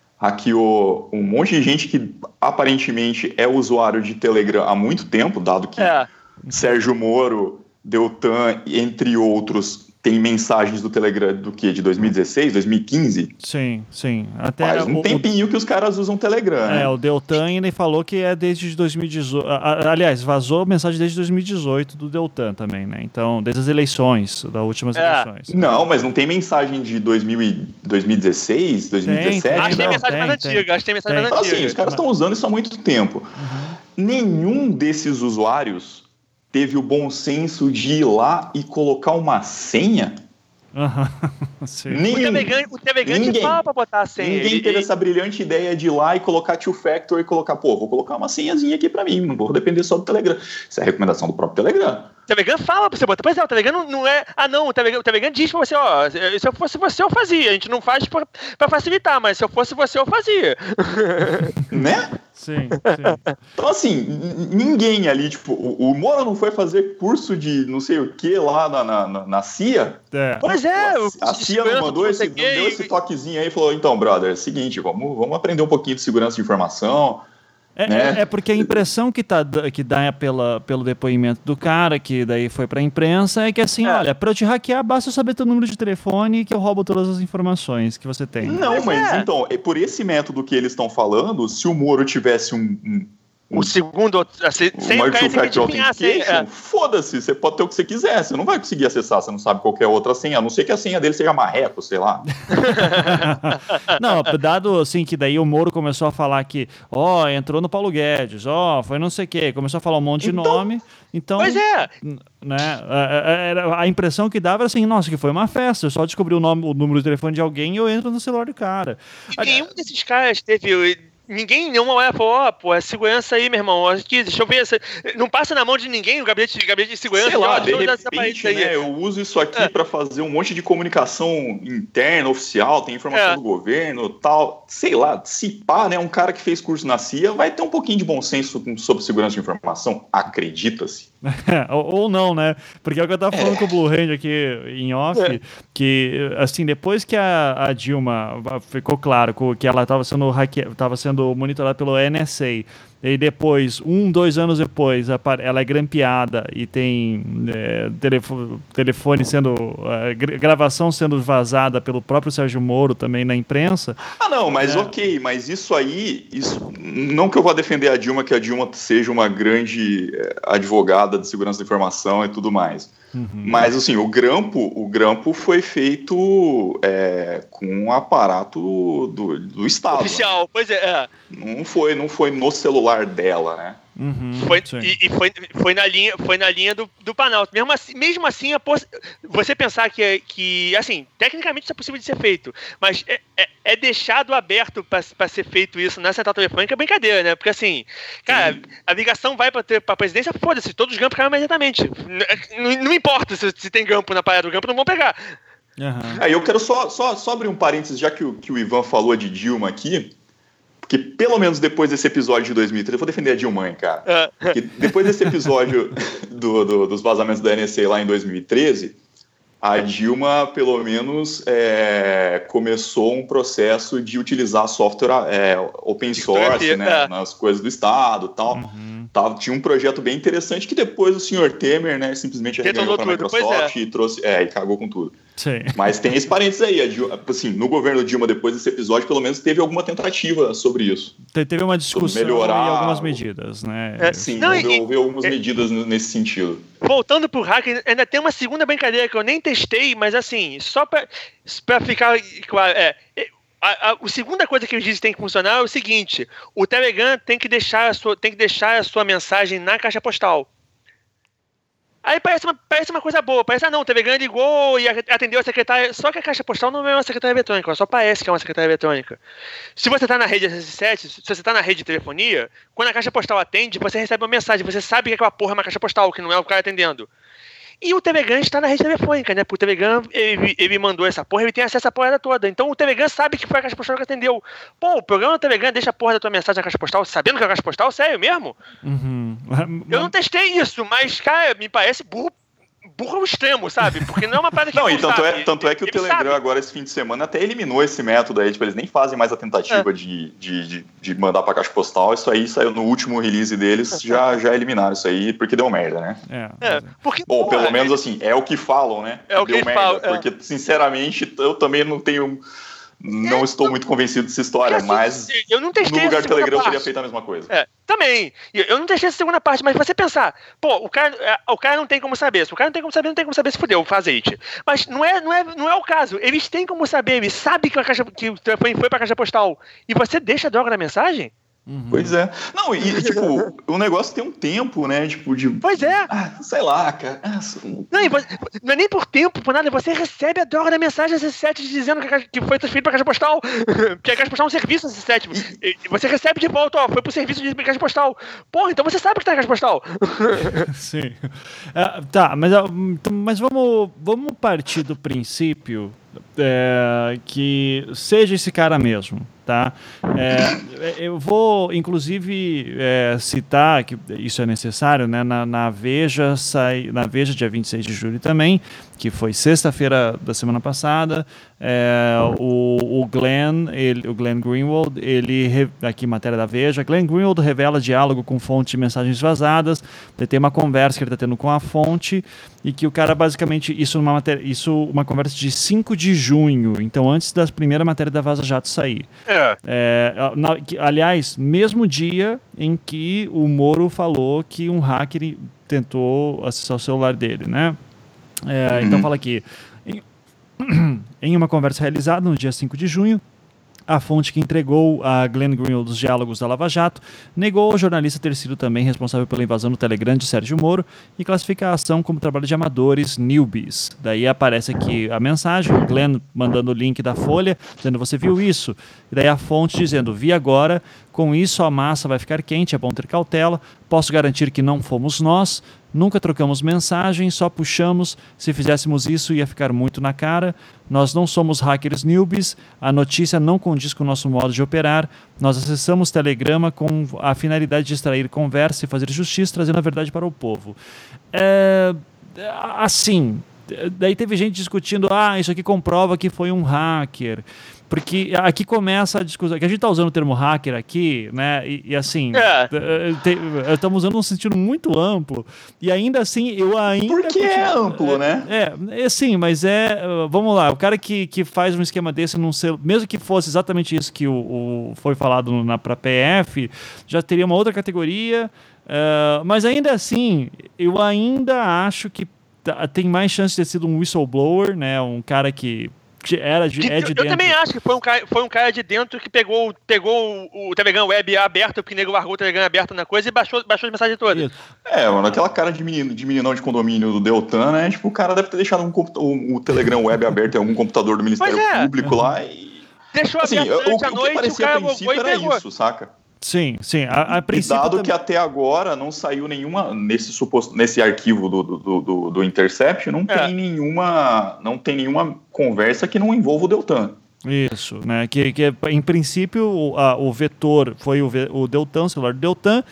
hackeou um monte de gente que aparentemente é usuário de Telegram há muito tempo, dado que é. Sérgio Moro, Deltan, entre outros... Tem mensagens do Telegram do que? De dois mil e dezesseis, dois mil e quinze? Sim, sim. Até Faz um o, tempinho que os caras usam Telegram. É, né? O Deltan ainda falou que é desde dois mil e dezoito. Aliás, vazou mensagem desde dois mil e dezoito do Deltan também, né? Então, desde as eleições, das últimas é. eleições. Não, mas não tem mensagem de dois mil e dezesseis, dois mil e dezessete? Tem, tem, acho que tem não. mensagem tem, mais tem, antiga. Acho que tem mensagem tem. mais antiga. Assim, os caras estão usando isso há muito tempo. Uhum. Nenhum desses usuários teve o bom senso de ir lá e colocar uma senha. Uhum. Sim. Nenhum, o Telegram fala pra botar a senha. Ninguém teve essa brilhante ideia de ir lá e colocar two factor e colocar, pô, vou colocar uma senhazinha aqui pra mim, não vou depender só do Telegram. Isso é a recomendação do próprio Telegram. O Telegram fala pra você botar. Pois é, o Telegram não, não é... Ah, não, o Telegram, o Telegram diz pra você, ó, se eu fosse você, eu fazia. A gente não faz pra, pra facilitar, mas se eu fosse você, eu fazia. Né? Sim, sim. Então, assim, ninguém ali, tipo, o, o Moro não foi fazer curso de não sei o que lá na, na, na C I A. É. Pois é. Pô, a C I A não mandou esse, não deu esse toquezinho aí e falou, então, brother, é o seguinte, vamos, vamos aprender um pouquinho de segurança de informação. É, né? é, é porque a impressão que, tá, que dá pela, pelo depoimento do cara, que daí foi pra imprensa, é que assim, É. olha, pra eu te hackear, basta eu saber teu número de telefone que eu roubo todas as informações que você tem. Não, Mas mas é. então, é por esse método que eles estão falando, se o Moro tivesse um, um, O segundo, assim, sem uma o cara tem que two-factor adivinhar, sem, authentication, é. foda-se, você pode ter o que você quiser, você não vai conseguir acessar, você não sabe qualquer outra senha, a não ser que a senha dele seja marreco, sei lá. Não, dado assim que daí o Moro começou a falar que, ó, entrou no Paulo Guedes, ó, foi não sei o quê, começou a falar um monte de Então- nome, então, Pois é. né, a, a- a impressão que dava era assim, nossa, que foi uma festa, eu só descobri o nome, o número de telefone de alguém e eu entro no celular do cara. E nenhum desses caras teve. Ninguém, nenhuma hora falou, ó, pô, é segurança aí, meu irmão. Aqui, deixa eu ver. essa- Não passa na mão de ninguém o gabinete, gabinete de segurança. Sei lá, ó, de deixa eu dar essa repente, parede aí. né, eu uso isso aqui É. pra fazer um monte de comunicação interna, oficial, tem informação É. do governo, tal, sei lá, se pá, né, um cara que fez curso na C I A vai ter um pouquinho de bom senso com- sobre segurança de informação, acredita-se. ou, ou não, né? Porque é o que eu tava falando com o Blue Hand aqui em off, É. que, assim, depois que a, a Dilma ficou claro co- que ela estava sendo, hacke... tava sendo monitorada pelo N S A, e depois, um, dois anos depois, apare- ela é grampeada e tem é, telefo- telefone sendo, é, gra- gravação sendo vazada pelo próprio Sérgio Moro também na imprensa. Ah, não, mas É. ok, mas isso aí, isso, não que eu vá defender a Dilma, que a Dilma seja uma grande eh, advogada de segurança da informação e tudo mais. Uhum. Mas, assim, o grampo, o grampo foi feito é, com um aparato do, do Estado. Oficial, pois é. é. Né? Não foi, não foi no celular dela, né? Uhum, Foi, sim. e e foi, foi na linha, foi na linha do, do Planalto. Mesmo assim, mesmo assim a poss... você pensar que, é- que, assim, tecnicamente isso é possível de ser feito, mas é, é, é deixado aberto para ser feito isso na central telefônica, é brincadeira, né? Porque, assim, cara, Sim. a ligação vai para a presidência, foda-se, todos os gampos caem imediatamente. Não, não importa se, se tem gampo na parada, o gampo não vão pegar. Uhum. Aí eu quero só, só, só abrir um parênteses, já que o, que o Ivan falou de Dilma aqui, porque pelo menos depois desse episódio de dois mil e treze, eu vou defender a Dilma, hein, cara. É. Porque depois desse episódio do, do- dos vazamentos da N S A lá em dois mil e treze, a Dilma, pelo menos, é, começou um processo de utilizar software é, open source, né, É. nas coisas do Estado e tal. Uhum. Tava, tinha um projeto bem interessante que depois o senhor Temer, né, simplesmente Detonou arreganhou para a tudo, pois Microsoft e trouxe, é, e cagou com tudo. Sim. Mas tem esse parênteses aí, a Dilma, assim, no governo Dilma, depois desse episódio, pelo menos teve alguma tentativa sobre isso. Te- Teve uma discussão melhorar e algumas o- medidas, né? É, Sim, Não, houve, e- houve algumas e- medidas n- nesse sentido. Voltando pro hacker, ainda tem uma segunda brincadeira que eu nem testei, mas assim, só pra, pra ficar claro, é, é, a, a, a segunda coisa que eles dizem que tem que funcionar é o seguinte: o Telegram tem que deixar a sua, tem que deixar a sua mensagem na caixa postal. Aí parece uma, parece uma coisa boa, parece, ah não, o Telegram ligou e atendeu a secretária, só que a caixa postal não é uma secretária eletrônica, só parece que é uma secretária eletrônica. Se você está na rede S S sete, se você está na rede de telefonia, quando a caixa postal atende, você recebe uma mensagem, você sabe que aquela porra é uma caixa postal, que não é o cara atendendo. E o Telegram está na rede telefônica, né? Porque o Telegram, ele, ele mandou essa porra, ele tem acesso à porra toda. Então o Telegram sabe que foi a caixa postal que atendeu. Pô, o programa do Telegram deixa a porra da tua mensagem na caixa postal, sabendo que é a caixa postal? Sério mesmo? Uhum. Eu não testei isso, mas, cara, me parece burro, burro ao extremo, sabe? Porque não é uma parada que Não, e não tanto sabe. é, tanto é que o Ele Telegram sabe. agora, esse fim de semana, até eliminou esse método aí, tipo, eles nem fazem mais a tentativa É. de, de, de, de mandar pra caixa postal, isso aí saiu no último release deles, já, já eliminaram isso aí, porque deu merda, né? É, É, porque, Bom, porra, pelo menos assim, é o que falam, né? É o que deu eles merda, falam, é. porque, sinceramente, eu também não tenho... Não É, estou não- muito convencido dessa história, porque, assim, mas eu não testei no lugar essa do Telegram eu segunda teria parte. feito a mesma coisa. É, também. E Eu não testei essa segunda parte, mas você pensar, pô, o cara, é, o cara não tem como saber. Se o cara não tem como saber, não tem como saber se fudeu, faz azeite. Mas não é, não, é, não é o caso. Eles têm como saber, eles sabem que, a caixa, que o telefone foi pra caixa postal. E você deixa a droga na mensagem? Uhum. Pois é. Não, e tipo, o negócio tem um tempo, né? Tipo, de. Pois é. Ah, sei lá, cara. Ah, Não, e você- não é nem por tempo, por nada. Você recebe a droga da mensagem S S sete dizendo que, a caixa- que foi transferido pra caixa postal. Porque a caixa postal é um serviço S S sete. E- e você recebe de volta, ó, foi pro serviço de caixa postal. Porra, então você sabe que tá na caixa postal. Sim. Ah, tá, mas, ah, então, mas vamos, vamos partir do princípio é, que seja esse cara mesmo. Tá? É, eu vou, inclusive, é, citar que isso é necessário, né? na, na, Veja, sai, na Veja, dia vinte e seis de julho também, que foi sexta-feira da semana passada, é, o, o, Glenn, ele, o Glenn Greenwald, ele, aqui matéria da Veja, Glenn Greenwald revela diálogo com fonte de mensagens vazadas, ele tem uma conversa que ele está tendo com a fonte, e que o cara basicamente, isso uma, matéria, isso uma conversa de cinco de junho, então antes da primeira matéria da Vaza Jato sair. É. É, na, que, aliás, mesmo dia em que o Moro falou que um hacker tentou acessar o celular dele, né? É, uhum. Então fala aqui, em, em uma conversa realizada no dia cinco de junho, a fonte que entregou a Glenn Greenwald os diálogos da Lava Jato negou ao jornalista ter sido também responsável pela invasão no Telegram de Sérgio Moro e classifica a ação como trabalho de amadores, newbies. Daí aparece aqui a mensagem, o Glenn mandando o link da Folha, dizendo: você viu isso? E daí a fonte dizendo: vi agora, com isso a massa vai ficar quente, é bom ter cautela, posso garantir que não fomos nós, nunca trocamos mensagens, só puxamos, se fizéssemos isso ia ficar muito na cara, nós não somos hackers newbies, a notícia não condiz com o nosso modo de operar, nós acessamos Telegrama com a finalidade de extrair conversa e fazer justiça, trazendo a verdade para o povo. É, assim, daí teve gente discutindo, ah, isso aqui comprova que foi um hacker. Porque aqui começa a discussão, que a gente está usando o termo hacker aqui, né, e, e assim, é. te, estamos usando um sentido muito amplo, e ainda assim, eu ainda... Porque continuo, é amplo, é, né? É, é, sim, mas é, vamos lá, o cara que, que faz um esquema desse, num celu, mesmo que fosse exatamente isso que o, o foi falado na, pra P F, já teria uma outra categoria, uh, mas ainda assim, eu ainda acho que tem mais chance de ter sido um whistleblower, né, um cara que era de, é de eu, dentro. Eu também acho que foi um, cara, foi um cara de dentro que pegou, pegou o, o Telegram Web aberto, porque o nego largou o Telegram aberto na coisa e baixou, baixou as mensagens todas. É, mano, aquela cara de, menino, de meninão de condomínio do Deltan, né? Tipo, o cara deve ter deixado um, o, o Telegram Web aberto em algum computador do Ministério é. Público lá e... Deixou assim, aberto durante o, a noite, o que parecia o cara a princípio era pegou. isso, saca? Sim, sim. A, a princípio e dado também... que até agora não saiu nenhuma, nesse, suposto, nesse arquivo do, do, do, do Intercept, não, é. tem nenhuma, não tem nenhuma conversa que não envolva o Deltan. Isso, né? Que, que em princípio o, a, o vetor foi o, o Deltan, o celular do Deltan,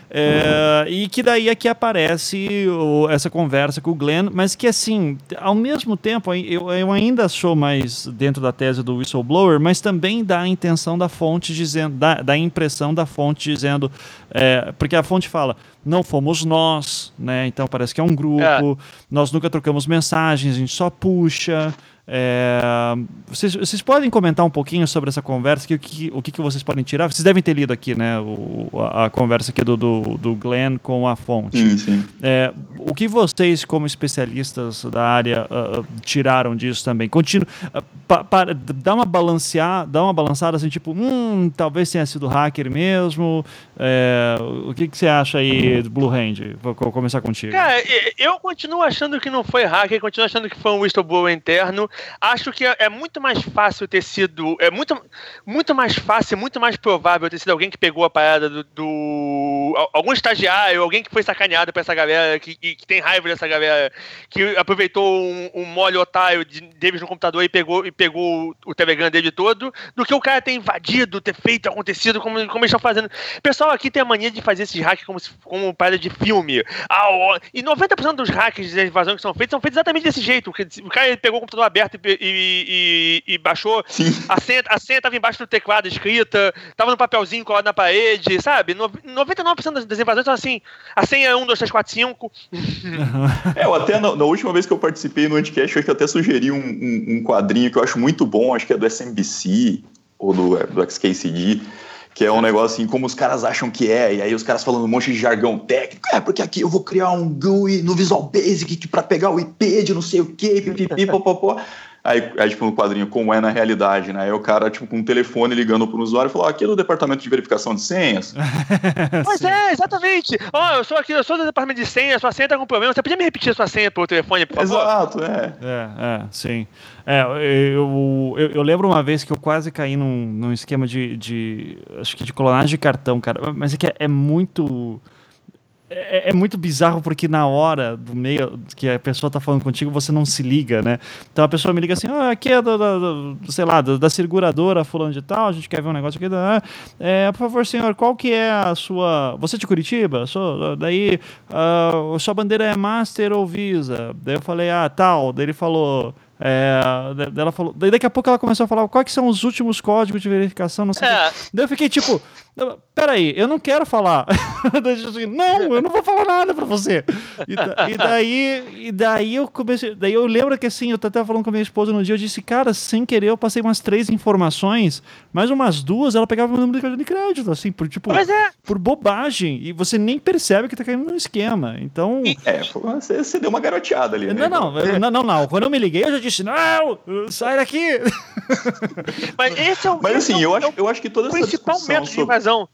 é, uhum. e que daí aqui aparece o, essa conversa com o Glenn, mas que assim, ao mesmo tempo, eu, eu ainda sou mais dentro da tese do whistleblower, mas também dá a intenção da fonte dizendo, dá, dá a impressão da fonte dizendo, é, porque a fonte fala, não fomos nós, né? Então parece que é um grupo, é. Nós nunca trocamos mensagens, a gente só puxa. É, vocês, vocês podem comentar um pouquinho sobre essa conversa, que, o, que, o que, que vocês podem tirar? Vocês devem ter lido aqui, né, o, a, a conversa aqui do, do, do Glenn com a fonte. Sim, sim. É, o que vocês, como especialistas da área, uh, tiraram disso também? Continu, uh, pa, pa, dá uma balancear, dá uma balançada assim, tipo, hum, talvez tenha sido hacker mesmo. É, o que, que você acha aí do Blue Hand? Vou, vou começar contigo. Cara, eu continuo achando que não foi hacker, continuo achando que foi um whistleblower interno. Acho que é muito mais fácil ter sido, é muito, muito mais fácil, muito mais provável ter sido alguém que pegou a parada do, do algum estagiário, alguém que foi sacaneado por essa galera, que, que tem raiva dessa galera, que aproveitou um, um mole otário de, deles no computador e pegou, e pegou o Telegram dele todo, do que o cara ter invadido, ter feito, acontecido, como, como eles estão fazendo. O pessoal aqui tem a mania de fazer esses hacks como, se, como parada de filme. Ah, ó, e noventa por cento dos hacks de invasão que são feitos são feitos exatamente desse jeito. O cara ele pegou o computador aberto E, e, e, e baixou, a senha, a senha tava embaixo do teclado escrita, tava no papelzinho colado na parede, sabe? noventa e nove por cento das invasões são assim, a senha é um, dois, três, quatro, cinco. É, eu até na, na última vez que eu participei no Anticast, eu até sugeri um, um, um quadrinho que eu acho muito bom, acho que é do S M B C ou do, do X K C D, que é um negócio assim, como os caras acham que é, e aí os caras falando um monte de jargão técnico, é, porque aqui eu vou criar um G U I no Visual Basic pra pegar o I P de não sei o que, pipipi, popopó. Aí, aí, tipo, no quadrinho, como é na realidade, né? Aí o cara, tipo, com um telefone ligando para o usuário e falou, aqui é do departamento de verificação de senhas. Pois é, exatamente. Ó, oh, eu sou aqui, eu sou do departamento de senha, sua senha tá com problema. Você podia me repetir a sua senha pelo telefone, por favor? Exato, é. É, é, sim. É, eu, eu, eu lembro uma vez que eu quase caí num, num esquema de, de, acho que de clonagem de cartão, cara. Mas é que é, é muito... É, é muito bizarro porque na hora do meio que a pessoa tá falando contigo, você não se liga, né? Então a pessoa me liga assim, ah, aqui é da, da, da sei lá, da, da seguradora fulano de tal, a gente quer ver um negócio aqui, da, é, por favor, senhor, qual que é a sua... Você é de Curitiba? Sou, daí, uh, sua bandeira é Master ou Visa? Daí eu falei, ah, tal. Daí ele falou... É, ela falou, daí daqui a pouco ela começou a falar quais que são os últimos códigos de verificação, não sei é. o que. Daí eu fiquei tipo, peraí, eu não quero falar. Não, eu não vou falar nada pra você. E, da, e daí e daí eu comecei, daí eu lembro que assim, eu até falando com a minha esposa no dia, eu disse, cara, sem querer eu passei umas três informações, mais umas duas, ela pegava meu número de crédito, assim, por tipo, é. por bobagem, e você nem percebe que tá caindo no esquema, então... É, você, você deu uma garoteada ali, né? Não, não, eu, não, não, não, quando eu me liguei eu já disse, não, sai daqui. Mas esse é o, Mas assim, é o, eu, é acho, o eu acho que toda essa principal discussão método de sobre... invasão.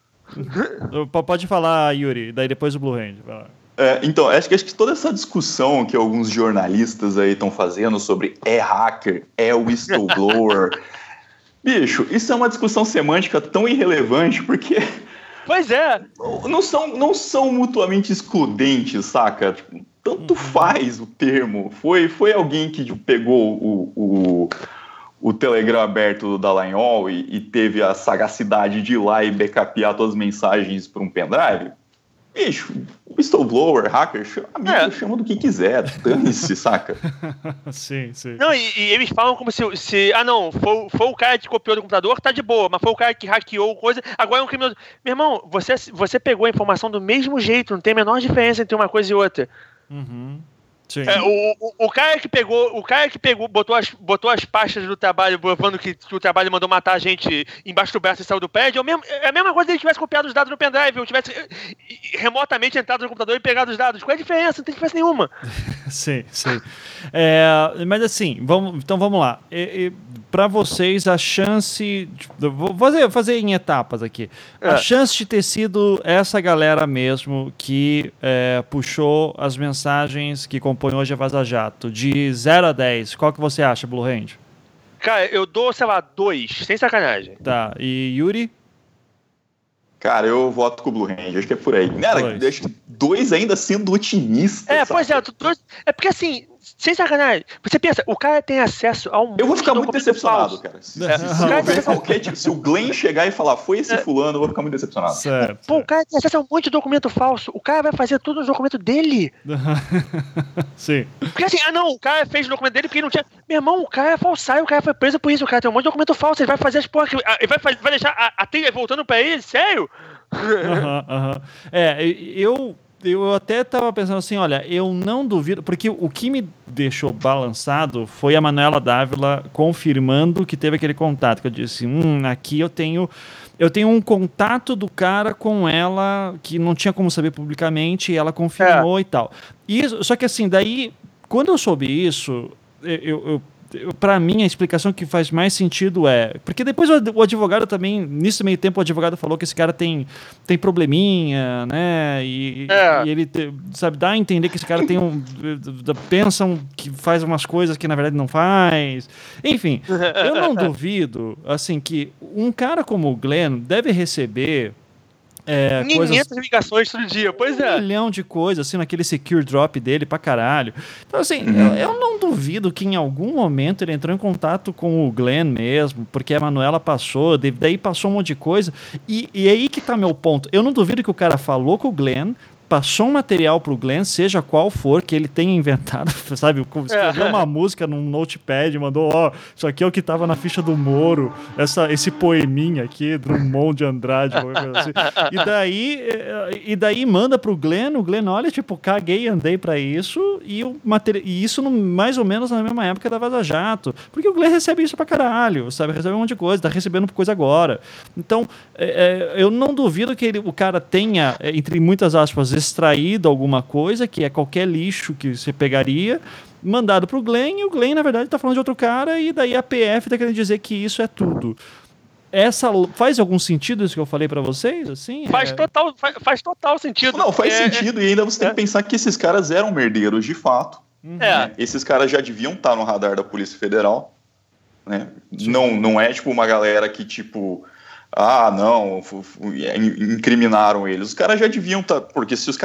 Pode falar, Yuri, daí depois o Blue Hand. Vai lá. É, então, acho que, acho que toda essa discussão que alguns jornalistas aí estão fazendo sobre é hacker, é whistleblower, bicho, isso é uma discussão semântica tão irrelevante porque... Pois é. Não são, não são mutuamente excludentes, saca? Tipo, tanto faz o termo. Foi, foi alguém que tipo, pegou o, o, o Telegram aberto do Dallagnol e, e teve a sagacidade de ir lá e backupear todas as mensagens para um pendrive? Bicho, whistleblower, hacker, amigo, é. chama do que quiser, dane-se, saca? Sim, sim. Não, e, e eles falam como se, se ah não, foi, foi o cara que copiou do computador, tá de boa, mas foi o cara que hackeou coisa, agora é um criminoso. Meu irmão, você, você pegou a informação do mesmo jeito, não tem a menor diferença entre uma coisa e outra. Uhum. Sim. É, o, o, o cara que pegou, o cara que pegou, botou as, botou as pastas do trabalho, provando que, que o trabalho mandou matar a gente embaixo do braço e saiu do prédio, é, o mesmo, é a mesma coisa se ele tivesse copiado os dados no pendrive, ou tivesse remotamente entrado no computador e pegado os dados. Qual é a diferença? Não tem diferença nenhuma. Sim, sim. É, mas assim, vamos, então vamos lá. E, e, para vocês, a chance... Vou fazer, fazer em etapas aqui. É. A chance de ter sido essa galera mesmo que é, puxou as mensagens que compõem hoje a Vaza Jato, de zero a dez, qual que você acha, Blue Hand? Cara, eu dou, sei lá, dois, sem sacanagem. Tá, e Yuri? Cara, eu voto com o Blue Hand, acho que é por aí. Cara, dois, dois ainda sendo otimista. É, sabe? Pois é, dois, é porque assim, sem sacanagem, você pensa, o cara tem acesso a um... Eu vou ficar muito decepcionado, cara. Se, é. se, se, o Glenn, qualquer, tipo, se o Glenn chegar e falar, foi esse é. fulano, eu vou ficar muito decepcionado. Certo. Pô, o cara tem acesso a um monte de documento falso, o cara vai fazer tudo no documento dele. Sim. Porque assim, ah não, o cara fez o documento dele porque não tinha... Meu irmão, o cara é falsário, o cara foi preso por isso, o cara tem um monte de documento falso, ele vai fazer as porra, ele vai, vai deixar a, a trilha voltando pra ele, sério? Aham, aham. É, eu... Eu até estava pensando assim, olha, eu não duvido, porque o que me deixou balançado foi a Manuela Dávila confirmando que teve aquele contato, que eu disse, hum, aqui eu tenho, eu tenho um contato do cara com ela que não tinha como saber publicamente, e ela confirmou é. e tal. E, só que assim, daí, quando eu soube isso, eu... eu para mim, a explicação que faz mais sentido é... Porque depois o advogado também... Nesse meio tempo, o advogado falou que esse cara tem, tem probleminha, né? E, é. e ele, sabe, dá a entender que esse cara tem um... Pensam que faz umas coisas que, na verdade, não faz. Enfim, eu não duvido, assim, que um cara como o Glenn deve receber... É, quinhentas ligações todo dia, pois é. Um milhão de coisas, assim, naquele secure drop dele pra caralho. Então, assim, uhum. eu, eu não duvido que em algum momento ele entrou em contato com o Glenn mesmo, porque a Manuela passou, daí passou um monte de coisa. E, e aí que tá meu ponto. Eu não duvido que o cara falou com o Glenn, passou um material pro Glenn, seja qual for, que ele tenha inventado, sabe? Escreveu é. uma música num notepad, mandou, ó, oh, isso aqui é o que tava na ficha do Moro, essa, esse poeminha aqui, Drummond de Andrade, assim. E daí, e daí manda pro Glenn, o Glenn olha, tipo, caguei, andei pra isso, e, o materi- e isso no, mais ou menos na mesma época da Vaza Jato, porque o Glenn recebe isso pra caralho, sabe? Recebe um monte de coisa, tá recebendo coisa agora. Então, é, é, eu não duvido que ele, o cara tenha, entre muitas aspas, extraído alguma coisa, que é qualquer lixo que você pegaria, mandado pro Glenn, e o Glenn, na verdade, tá falando de outro cara, e daí a P F tá querendo dizer que isso é tudo. Essa, faz algum sentido isso que eu falei pra vocês? Assim, faz, é... total, faz, faz total sentido. Não, faz é, sentido, é, e ainda você tem é. que pensar que esses caras eram merdeiros de fato. Uhum. É. Esses caras já deviam estar no radar da Polícia Federal. Né? Não, não é tipo uma galera que, tipo... Ah, não, incriminaram eles. Os caras já deviam estar... Tá, porque se os caras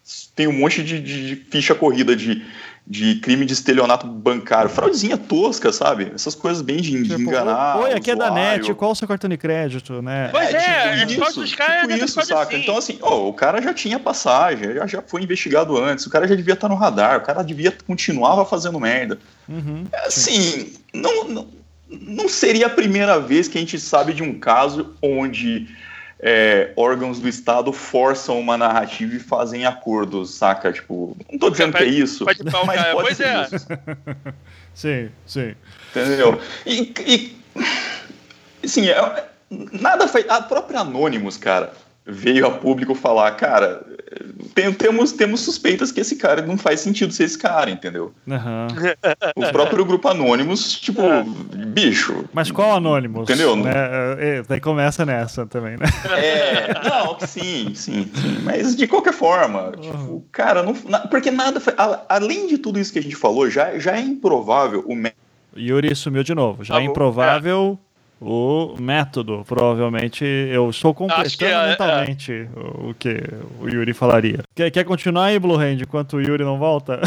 tem um monte de, de, de ficha corrida de, de crime de estelionato bancário, fraudezinha tosca, sabe? Essas coisas bem de, de tipo, enganar. Oi, aqui usuário. é da NET, qual o seu cartão de crédito, né? Pois é, é é tipo só isso, dos caras, tipo isso, saca? Assim. Então, assim, oh, o cara já tinha passagem, já, já foi investigado antes, o cara já devia estar no radar, o cara devia continuava fazendo merda. Uhum, assim, não, não, não seria a primeira vez que a gente sabe de um caso onde é, órgãos do Estado forçam uma narrativa e fazem acordos, saca? Tipo, não tô dizendo que é isso, mas pode pois ser é. isso. Sim, sim. Entendeu? E, e assim, é, nada foi. A própria Anonymous, cara, veio a público falar, cara, tem, temos, temos suspeitas que esse cara não faz sentido ser esse cara, entendeu? Uhum. O próprio grupo Anonymous, tipo, bicho. Mas qual Anonymous? Entendeu? Né? É, daí começa nessa também, né? É, não, sim, sim, sim. Mas de qualquer forma, tipo, cara, não, porque nada foi. Além de tudo isso que a gente falou, já, já é improvável o Yuri sumiu de novo. Já ah, é improvável é. o método. Provavelmente eu estou completando é, mentalmente é. o, o que o Yuri falaria. Quer, quer continuar aí, Blue Hand, enquanto o Yuri não volta?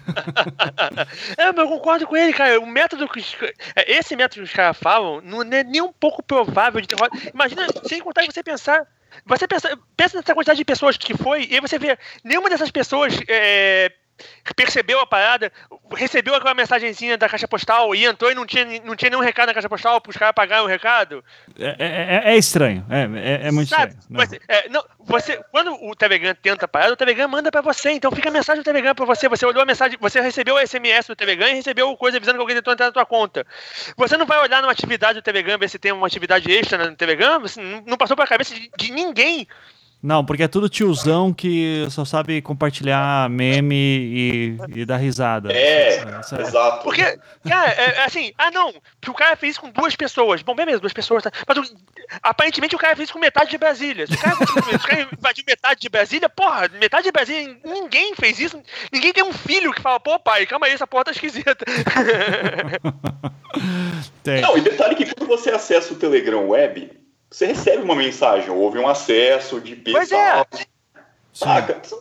É, mas eu concordo com ele, cara. O método que os, esse método que os caras falam não é nem um pouco provável de ter. Imagina, sem contar que você pensar. Você pensa, pensa nessa quantidade de pessoas que foi, e aí você vê, nenhuma dessas pessoas é, percebeu a parada, recebeu aquela mensagenzinha da caixa postal e entrou e não tinha, não tinha nenhum recado na caixa postal para os caras pagarem o recado. É, é, é estranho, é, é, é muito Sabe? estranho. Não. Você, é, não, você, quando o Telegram tenta a parada, o Telegram manda para você, então fica a mensagem do Telegram para você, você olhou a mensagem, você recebeu o S M S do Telegram e recebeu coisa avisando que alguém tentou entrar na tua conta. Você não vai olhar numa atividade do Telegram, ver se tem uma atividade extra no Telegram, você não passou pela cabeça de, de ninguém. Não, porque é tudo tiozão que só sabe compartilhar meme e, e dar risada. É, é exato. Porque, cara, é, é assim, ah não, que o cara fez isso com duas pessoas. Bom, beleza, duas pessoas, tá? Mas o, aparentemente o cara fez isso com metade de Brasília. Se o cara, se o cara invadiu metade de Brasília, porra, metade de Brasília, ninguém fez isso. Ninguém tem um filho que fala, pô pai, calma aí, essa porra tá esquisita. Tem. Não, e detalhe que quando você acessa o Telegram Web, você recebe uma mensagem, houve um acesso de pessoal. Pois é. Saca? Então,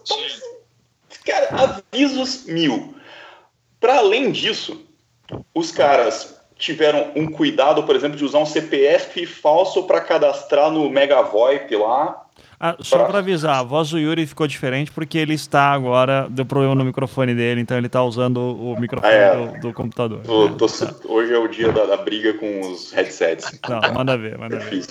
cara, avisos mil. Para além disso, os caras tiveram um cuidado, por exemplo, de usar um C P F falso para cadastrar no Mega VoIP lá. Ah, só para avisar, a voz do Yuri ficou diferente porque ele está agora, deu problema no microfone dele, então ele está usando o microfone é, do, do computador. Tô, tô, tá. Hoje é o dia da, da briga com os headsets. Não, manda ver, manda ver.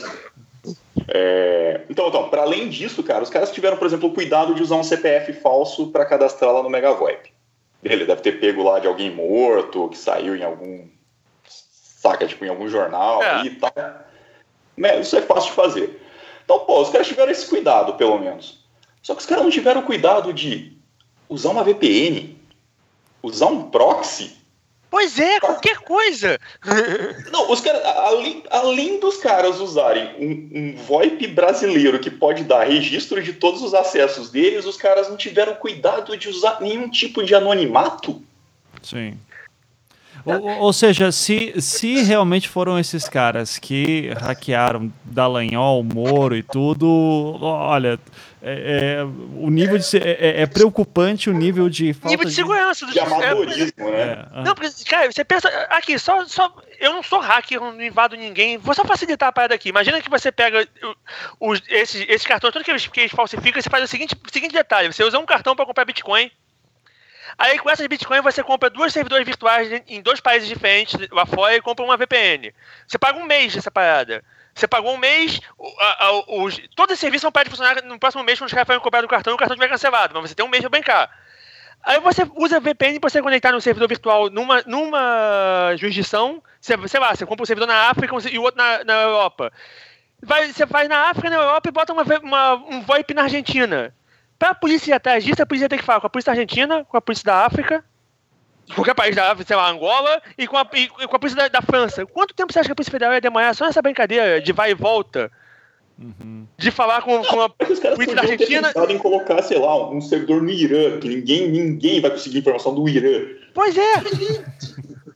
É, então, então para além disso, cara, os caras tiveram, por exemplo, o cuidado de usar um C P F falso para cadastrar lá no Mega VoIP. Ele deve ter pego lá de alguém morto, que saiu em algum, saca, tipo, em algum jornal é. e tal. Isso é fácil de fazer. Então, pô, os caras tiveram esse cuidado, pelo menos. Só que os caras não tiveram o cuidado de usar uma V P N, usar um proxy. Pois é, qualquer coisa. Não, os caras, além, além dos caras usarem um, um VoIP brasileiro que pode dar registro de todos os acessos deles, os caras não tiveram cuidado de usar nenhum tipo de anonimato. Sim. Ou, ou seja, se, se realmente foram esses caras que hackearam Dallagnol, Moro e tudo, olha, é, é, o nível de é, é preocupante o nível de falta nível de, de segurança, de amadorismo, né? É, não, porque, cara, você pensa aqui, só, só eu não sou hacker, eu não invado ninguém, vou só facilitar a parada aqui. Imagina que você pega os, esses, esses cartões, tudo que eles, que eles falsificam, você faz o seguinte, o seguinte detalhe: você usa um cartão para comprar Bitcoin. Aí com essas Bitcoin você compra duas servidores virtuais em dois países diferentes lá fora e compra uma V P N. Você paga um mês dessa parada. Você pagou um mês, a, a, os, todos os serviços vão parar de funcionar no próximo mês quando os caras forem cobrar do cartão e o cartão estiver cancelado, mas você tem um mês para brincar. Aí você usa a V P N para você conectar no servidor virtual numa, numa jurisdição, você, sei lá, você compra um servidor na África e o outro na, na Europa. Vai, você vai na África e na Europa e bota uma, uma, um VoIP na Argentina. Para a polícia ir atrás disso, a polícia tem que falar com a polícia da Argentina, com a polícia da África, qualquer país da África, sei lá, Angola, e com a, e com a polícia da, da França. Quanto tempo você acha que a Polícia Federal ia demorar só nessa brincadeira de vai e volta? Uhum. De falar com, com a polícia da Argentina. Podem colocar, sei lá, um servidor no Irã, que ninguém, ninguém vai conseguir informação do Irã. Pois é!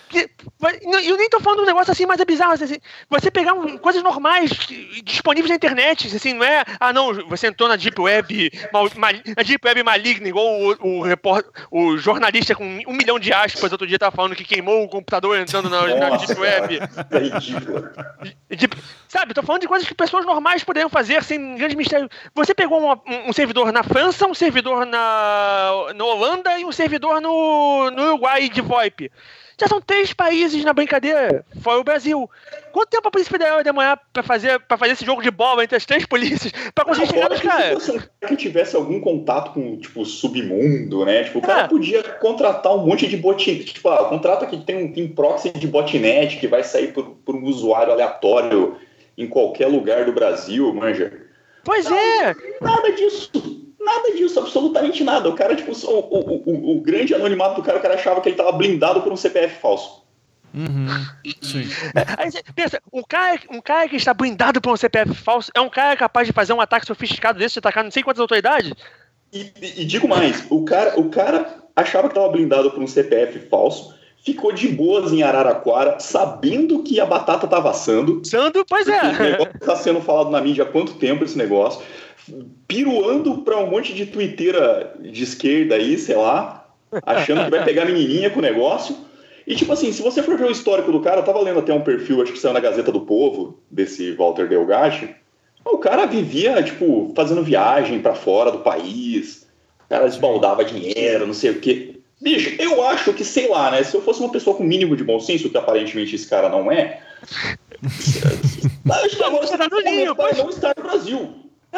Eu nem tô falando de um negócio assim, mas é bizarro. Assim, você pegar um, coisas normais disponíveis na internet, assim, não é. Ah, não, você entrou na Deep Web, mal, mal, na Deep Web maligna, igual o, o, report, o jornalista com um milhão de aspas outro dia tava falando que queimou o computador entrando na, Nossa, na Deep Web. É ridículo. Tipo, sabe, tô falando de coisas que pessoas normais poderiam fazer sem grande mistério. Você pegou uma, um, um servidor na França, um servidor na, na Holanda e um servidor no, no Uruguai de VoIP. Já são três países na brincadeira, fora o Brasil. Quanto tempo a Polícia Federal ia demorar pra fazer, pra fazer esse jogo de bola entre as três polícias pra conseguir chegar nos caras? Se você tivesse algum contato com, tipo, submundo, né? Tipo, o cara é. podia contratar um monte de botnet. Tipo, ah, contrata que tem um, tem proxy de botnet que vai sair por, por um usuário aleatório em qualquer lugar do Brasil, manja. Pois não, é! Nada disso. Nada disso, absolutamente nada. O cara, tipo, o, o, o, o grande anonimato do cara, o cara achava que ele tava blindado por um C P F falso. Uhum. Sim. Aí você pensa, um cara, um cara que está blindado por um C P F falso é um cara capaz de fazer um ataque sofisticado desse, de atacar não sei quantas autoridades? E, e, e digo mais, o cara, o cara achava que tava blindado por um C P F falso, ficou de boas em Araraquara, sabendo que a batata tava assando. Assando? Pois é. O negócio tá sendo falado na mídia há quanto tempo esse negócio? Piruando pra um monte de twitteira de esquerda aí, sei lá, achando que vai pegar menininha com o negócio. E tipo assim, se você for ver o histórico do cara, eu tava lendo até um perfil, acho que saiu na Gazeta do Povo, desse Walter Delgatti. O cara vivia, tipo, fazendo viagem pra fora do país, o cara esbaldava dinheiro, não sei o quê. Bicho, eu acho que, sei lá, né, se eu fosse uma pessoa com mínimo de bom senso, que aparentemente esse cara não é, acho que agora você tá no ninho, pode não estar no Brasil.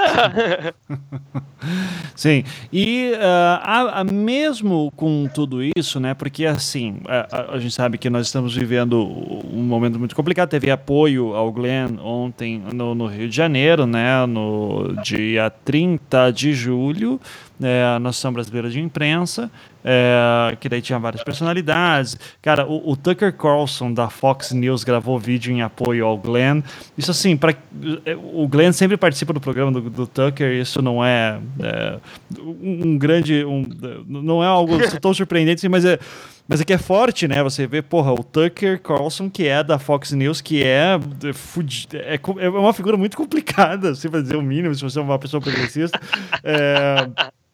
Sim, e uh, a, a mesmo com tudo isso, né, porque assim, a, a gente sabe que nós estamos vivendo um momento muito complicado, teve apoio ao Glenn ontem no, no Rio de Janeiro, né, no dia trinta de julho, é, a Associação Brasileira de Imprensa, é, que daí tinha várias personalidades. Cara, o, o Tucker Carlson da Fox News gravou vídeo em apoio ao Glenn. Isso assim, pra, o Glenn sempre participa do programa do, do Tucker, isso não é, é um grande, um, não é algo tão surpreendente, assim, mas é Mas é que é forte, né? Você vê, porra, o Tucker Carlson, que é da Fox News, que é, é, é uma figura muito complicada, assim, pra dizer o mínimo, se você é uma pessoa progressista. É...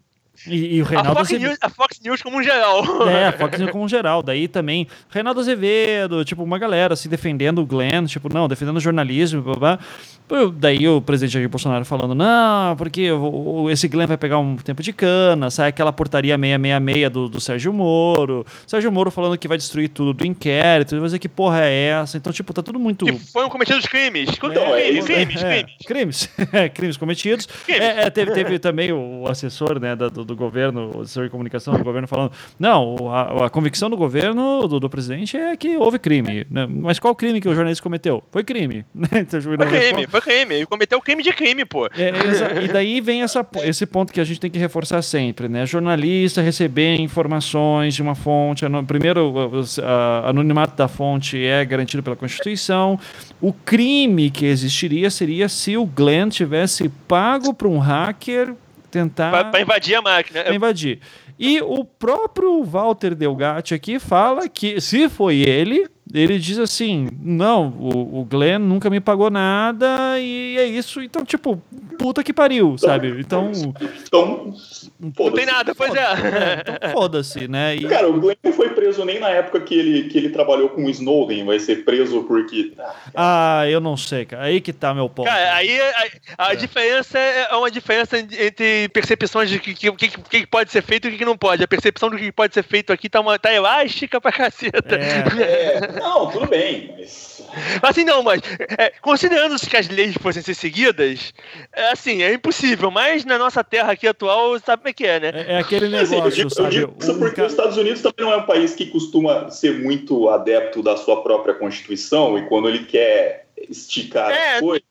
E, e o Reinaldo a, Fox Azevedo... News, a Fox News como um geral. É, a Fox News como um geral. Daí também, Reinaldo Azevedo, tipo, uma galera assim, defendendo o Glenn, tipo, não, defendendo o jornalismo, blá, blá. Daí o presidente Jair Bolsonaro falando, não, porque o, o, esse Glenn vai pegar um tempo de cana, sai aquela portaria seiscentos e sessenta e seis do, do Sérgio Moro, Sérgio Moro falando que vai destruir tudo do inquérito, vai dizer que porra é essa, então, tipo, tá tudo muito... Que foram cometidos crimes, é, crimes, crimes, é, crimes. Crimes, é, crimes cometidos. Crimes. É, é, teve, teve também o assessor, né, do, do governo, o assessor de comunicação do governo falando, não, a, a convicção do governo, do, do presidente é que houve crime, né? Mas qual crime que o jornalista cometeu? Foi crime. Então, foi crime, foi crime, ele cometeu crime de crime, pô. É, e daí vem essa, esse ponto que a gente tem que reforçar sempre, né? Jornalista receber informações de uma fonte, primeiro, o anonimato da fonte é garantido pela Constituição. O crime que existiria seria se o Glenn tivesse pago para um hacker tentar... Para invadir a máquina. Para invadir. E o próprio Walter Delgatti aqui fala que, se foi ele, ele diz assim, não, o, o Glenn nunca me pagou nada e é isso. Então, tipo, puta que pariu, sabe? Então... então não tem nada, pois é. é então, foda-se, né? E... Cara, o Glenn não foi preso nem na época que ele, que ele trabalhou com o Snowden, vai ser preso porque... Ah, eu não sei, cara. Aí que tá meu ponto. Cara, aí a, a é. diferença é uma diferença entre percepções de que, que, que, que pode ser feito e o que não pode. A percepção do que pode ser feito aqui tá, uma, tá elástica pra caceta. É. É. Não, tudo bem, mas... Assim, não, mas é, considerando que as leis fossem ser seguidas, é, assim, é impossível, mas na nossa terra aqui atual, sabe como é que é, né? É, é aquele negócio, assim, eu digo, sabe? Eu digo isso porque um... os Estados Unidos também não é um país que costuma ser muito adepto da sua própria Constituição, e quando ele quer esticar é, as coisas,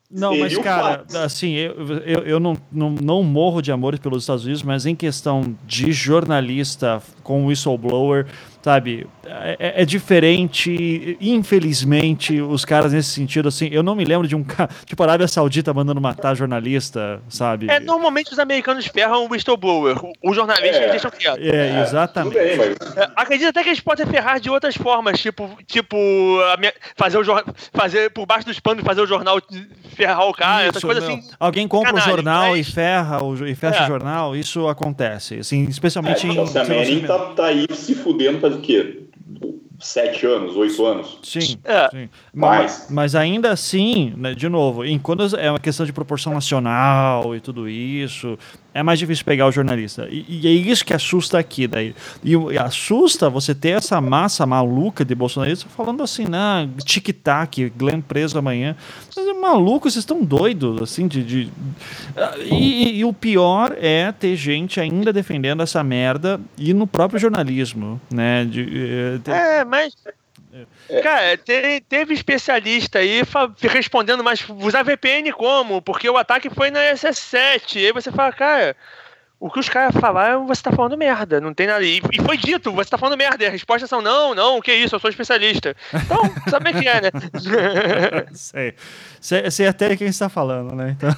Não, Seria mas, o cara, fax. assim, eu, eu, eu não, não, não morro de amores pelos Estados Unidos, mas em questão de jornalista com whistleblower, sabe, é, é diferente, infelizmente, os caras nesse sentido, assim, eu não me lembro de um cara, tipo, a Arábia Saudita mandando matar jornalista, sabe? É, normalmente os americanos ferram o whistleblower, o jornalista É. eles deixam quieto. É, exatamente. Tudo bem, mas É, acredito até que eles podem ferrar de outras formas, tipo, tipo a minha- fazer o jor- fazer por baixo dos panos, fazer o jornal ferrar o cara, essas Isso, coisas não. assim. Alguém compra Canalha, o jornal mas- e ferra o, e fecha É. o jornal, isso acontece, assim, é, especialmente em... Chelsea Manning tá, tá aí se fudendo faz o quê? Sete anos, oito anos? Sim, É. sim. Mais. Mas, mas ainda assim, né, de novo, em quando é uma questão de proporção nacional e tudo isso, é mais difícil pegar o jornalista. E, e é isso que assusta aqui. Daí. E, e assusta você ter essa massa maluca de bolsonaristas falando assim, nah, tic-tac, Glenn preso amanhã. Mas é maluco, vocês estão doidos, assim, de... de... E, e o pior é ter gente ainda defendendo essa merda e no próprio jornalismo, né? De, eh, ter- É, mas. Cara, te- teve especialista aí fa- respondendo, mas usar V P N como? Porque o ataque foi na S S sete. Aí você fala, cara, o que os caras falaram, você tá falando merda. Não tem nada. E, e foi dito, você tá falando merda. E as respostas são, não, não, que isso, eu sou especialista. Então, sabe o que é, né? sei. Sei, sei até quem está falando, né? Então,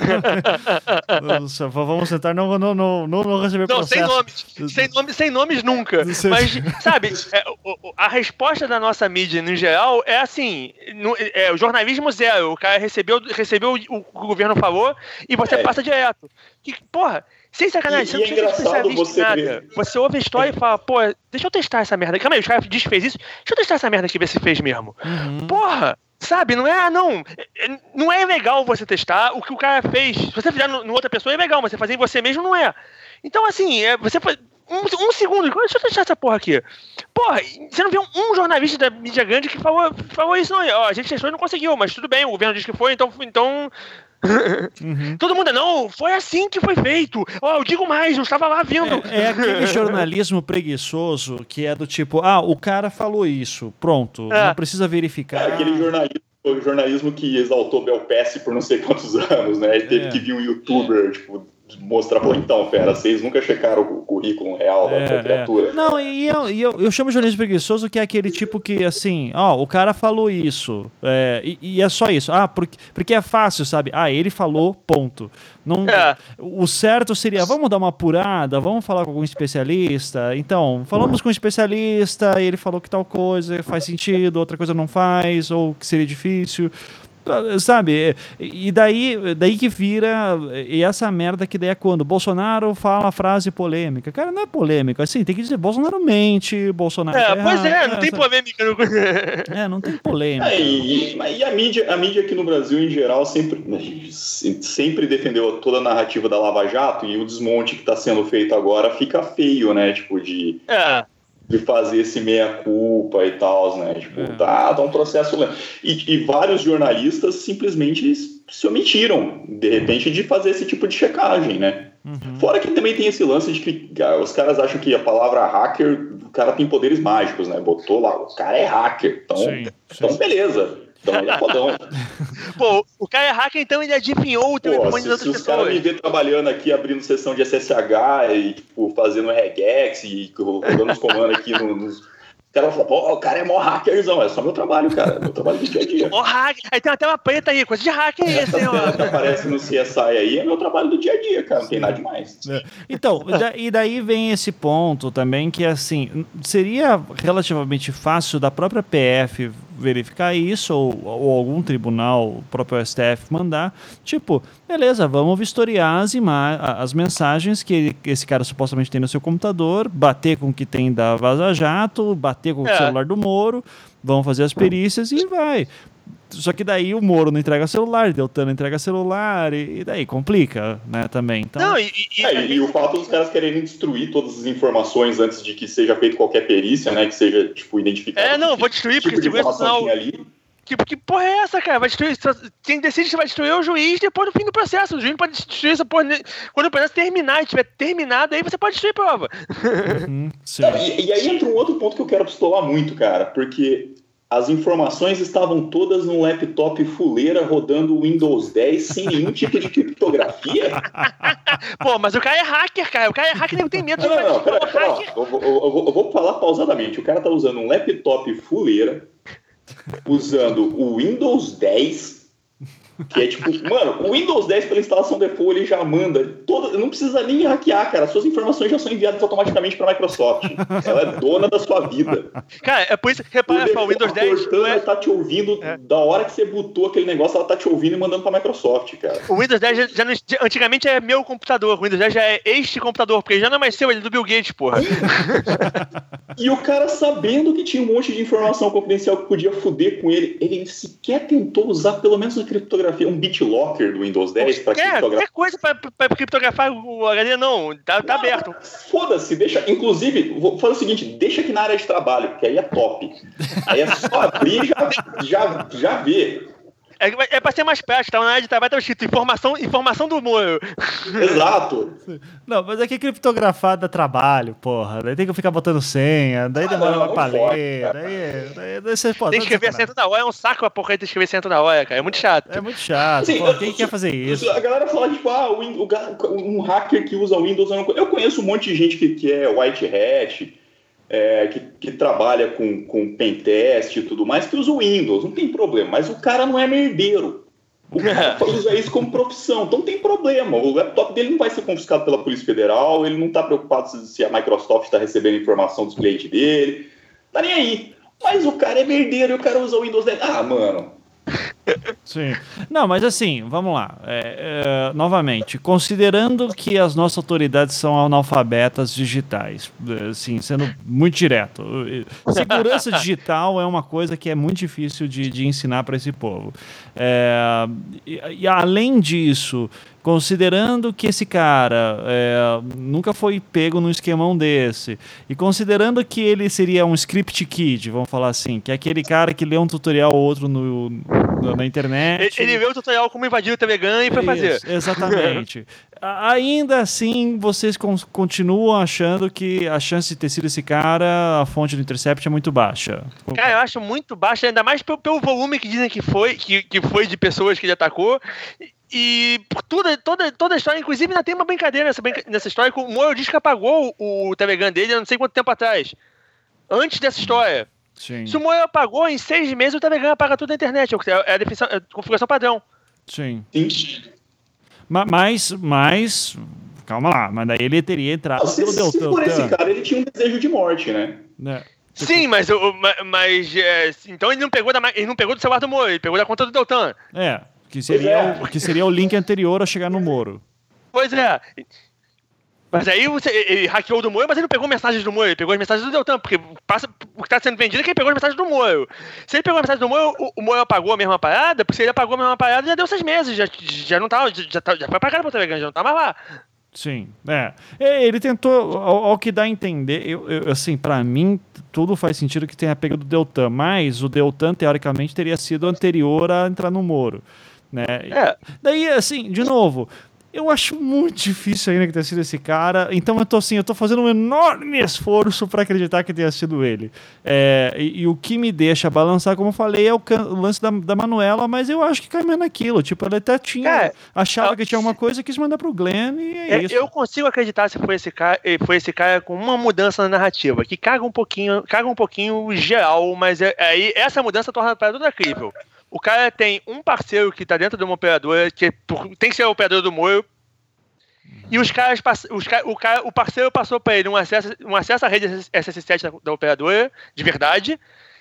Nossa, vamos tentar não, não, não, não, não receber Não, sem processo. nomes. Sem nomes, sem nomes nunca. Sei. Mas, sabe, é, o- o- a resposta da nossa mídia, no geral, é assim: no- é, o jornalismo zero. O cara recebeu, recebeu o, o governo falou e você É. passa direto. Que, porra, sem sacanagem, E- você e não é precisa ser engraçado especialista em você nada. ver. Você ouve a história e fala, pô, deixa eu testar essa merda. Calma aí, os caras desfez isso. Deixa eu testar essa merda aqui, ver se fez mesmo. Uhum. Porra! Sabe, não é, ah, não, é- não é legal você testar o que o cara fez. Se você fizer no, no outra pessoa é legal, mas você fazer em você mesmo não é. Então, assim, é, você faz um, um segundo, deixa eu testar essa porra aqui. Porra, você não viu um, um jornalista da mídia grande que falou, falou isso, não. Ó, a gente testou e não conseguiu, mas tudo bem, o governo diz que foi, então... então... Uhum. Todo mundo, não, foi assim que foi feito. Ó, eu digo mais, eu estava lá vendo. É, é aquele jornalismo preguiçoso que é do tipo, ah, o cara falou isso, pronto, É. não precisa verificar. É aquele jornalismo, o jornalismo que exaltou Belpesce por não sei quantos anos, né? E teve É. que vir um youtuber, tipo, mostrar, pô, então, fera, vocês nunca checaram o currículo real da, É, da é. criatura. Não, e eu, e eu, eu chamo de jornalismo preguiçoso que é aquele tipo que, assim, ó, o cara falou isso, é, e, e é só isso. Ah, porque, porque é fácil, sabe? Ah, ele falou, ponto. Não, É. O certo seria, vamos dar uma apurada, vamos falar com algum especialista. Então, falamos com um especialista, ele falou que tal coisa faz sentido, outra coisa não faz, ou que seria difícil. Sabe, e daí, daí que vira, e essa merda que daí é quando Bolsonaro fala a frase polêmica. Cara, não é polêmica, assim, tem que dizer, Bolsonaro mente, Bolsonaro É, tá pois é, errado, não tem sabe? polêmica no... É, não tem polêmica. É, e, e- e a mídia, a mídia aqui no Brasil, em geral, sempre, sempre defendeu toda a narrativa da Lava Jato, e o desmonte que está sendo feito agora fica feio, né? Tipo, de, É. de fazer esse meia-culpa e tal, né? Tipo, É. tá, tá um processo lento. E, e vários jornalistas simplesmente se omitiram, de repente, de fazer esse tipo de checagem, né? Uhum. Fora que também tem esse lance de que ah, os caras acham que a palavra hacker, o cara tem poderes mágicos, né? Botou lá, o cara é hacker. Então, Sim, então sim. beleza. Então ele é fodão. Pô, o cara é hacker, então ele adivinhou o Pô, telefone se, das se outras os caras me pessoas. ver trabalhando aqui, abrindo sessão de S S H e tipo, fazendo regex e rodando os comandos aqui no, nos... Os caras vão falar, pô, o cara é mó hackerzão. É só meu trabalho, cara. É meu trabalho do dia a dia. Ó, hacker. Aí tem uma tela preta aí, coisa de hacker é esse, Essa hein, tela que ó. aparece no C S I aí é meu trabalho do dia a dia, cara. Não tem nada demais. É. Então, da- e daí vem esse ponto também que, assim, seria relativamente fácil da própria P F verificar isso ou, ou algum tribunal, o próprio S T F mandar, tipo, beleza, vamos vistoriar as, ima- a- as mensagens que ele- esse cara supostamente tem no seu computador, bater com o que tem da Vaza Jato, bater com o É. celular do Moro, vão fazer as perícias e vai. Só que daí o Moro não entrega celular, Deltan não entrega celular, e, e daí complica, né, também. Então, Não, e, e- É, e, e o fato dos caras quererem destruir todas as informações antes de que seja feito qualquer perícia, né? Que seja, tipo, identificado. É, não, que vou destruir, tipo porque de segurança informação nacional. tinha ali. Que, que porra é essa, cara? Vai destruir. só- Quem decide se vai destruir é o juiz depois do fim do processo. O juiz não pode destruir essa porra. ne- Quando o processo terminar e tiver terminado, aí você pode destruir a prova. uhum, sim. Não, e, e aí entra um outro ponto que eu quero pistolar muito, cara, porque as informações estavam todas num laptop fuleira rodando o Windows dez sem nenhum tipo de criptografia? Pô, mas o cara é hacker, cara. O cara é hacker, nem tem medo de... Não, não, não, pera, pera, pera, eu, eu, eu, eu vou falar pausadamente. O cara tá usando um laptop fuleira, usando o Windows dez, que é tipo... Mano, o Windows dez, pela instalação default, ele já manda... Toda, não precisa nem hackear, cara. Suas informações já são enviadas automaticamente pra Microsoft. Ela é dona da sua vida. Cara, é por isso que, repara, o, o Windows dez... A Cortana é... tá te ouvindo... É. Da hora que você botou aquele negócio, ela tá te ouvindo e mandando pra Microsoft, cara. O Windows dez já, já não, antigamente é meu computador. O Windows dez já é este computador, porque já não é mais seu, ele é do Bill Gates, porra. E o cara, sabendo que tinha um monte de informação confidencial que podia foder com ele, ele sequer tentou usar pelo menos a criptografia, um BitLocker do Windows dez para criptografar. Qualquer coisa para criptografar o H D, não, tá, tá não, aberto. Foda-se, deixa. Inclusive, vou fazer o seguinte: deixa aqui na área de trabalho, que aí é top. Aí é só abrir e já, já, já ver. É, é pra ser mais prático, tá? Na área de trabalho tá escrito informação, informação do Moro. Exato. Não, mas aqui criptografar dá trabalho, porra. Daí tem que ficar botando senha, daí demora mais pra ler. Daí, daí, daí você pode. Tem que escrever cento da hora, é um saco pra porra de escrever cento da hora, cara. É muito chato. É muito chato. Assim, pô, quem eu, quer fazer isso? A galera fala, tipo, ah, o, o, um hacker que usa Windows. Eu conheço um monte de gente que, que é white hat. É, que, que trabalha com, com pentest e tudo mais, que usa o Windows, não tem problema, mas o cara não é merdeiro. O cara usa isso como profissão, então não tem problema. O laptop dele não vai ser confiscado pela Polícia Federal, ele não está preocupado se a Microsoft está recebendo informação dos clientes dele, tá nem aí. Mas o cara é merdeiro e o cara usa o Windows dele. Ah, mano... Sim. Não, mas assim, vamos lá. É, é, novamente, considerando que as nossas autoridades são analfabetas digitais, assim, sendo muito direto, segurança digital é uma coisa que é muito difícil de, de ensinar para esse povo. É, e, e além disso, considerando que esse cara é, nunca foi pego num esquemão desse, e considerando que ele seria um script kid, vamos falar assim, que é aquele cara que lê um tutorial ou outro no, no, na internet... Ele, ele lê o tutorial como invadir o Telegram e foi fazer. Exatamente. Ainda assim, vocês con- continuam achando que a chance de ter sido esse cara, a fonte do Intercept é muito baixa. Cara, eu acho muito baixa, ainda mais pelo, pelo volume que dizem que foi, que, que foi de pessoas que ele atacou. E por toda, toda, toda a história, inclusive ainda tem uma brincadeira nessa, brinca, nessa história, que o Moro diz que apagou o, o Telegram dele há não sei quanto tempo atrás. Antes dessa história. Sim. Se o Moro apagou, em seis meses o Telegram apaga tudo na internet. É a, definição, é a configuração padrão. Sim. Sim. Mas, mas, calma lá, mas daí ele teria entrado... Se, se for esse cara, ele tinha um desejo de morte, né? É. Sim, mas, mas é, então ele não, pegou da, ele não pegou do celular do Moro, ele pegou da conta do Deltan. É, que seria, é. O, que seria o link anterior a chegar no Moro. Pois é. Mas aí você, ele hackeou do Moro, mas ele não pegou mensagens do Moro, ele pegou as mensagens do Deltan, porque passa, o que está sendo vendido é que ele pegou as mensagens do Moro. Se ele pegou a mensagem do Moro, o, o Moro apagou a mesma parada, porque se ele apagou a mesma parada, já deu seis meses, já, já não tá, já, já, já foi apagado pro Telegram, já não tá mais lá. Sim, é. Ele tentou, ao, ao que dá a entender, eu, eu, assim, pra mim, tudo faz sentido que tenha pego do Deltan, mas o Deltan, teoricamente, teria sido anterior a entrar no Moro, né? É. Daí, assim, de novo... Eu acho muito difícil ainda que tenha sido esse cara. Então eu tô assim, eu tô fazendo um enorme esforço para acreditar que tenha sido ele. É, e, e o que me deixa balançar, como eu falei, é o, can- o lance da, da Manuela, mas eu acho que cai mais naquilo. Tipo, ela até tinha. Cara, achava eu, que tinha alguma coisa, quis mandar pro Glenn e é, é isso. Eu consigo acreditar se foi esse cara, foi esse cara com uma mudança na narrativa, que caga um pouquinho, caga um pouquinho geral, mas é, aí essa mudança torna a parada toda crível. O cara tem um parceiro que tá dentro de uma operadora, que tem que ser o operador do Moro, e os caras, os, o, cara, o parceiro passou para ele um acesso, um acesso à rede S S sete da, da operadora, de verdade,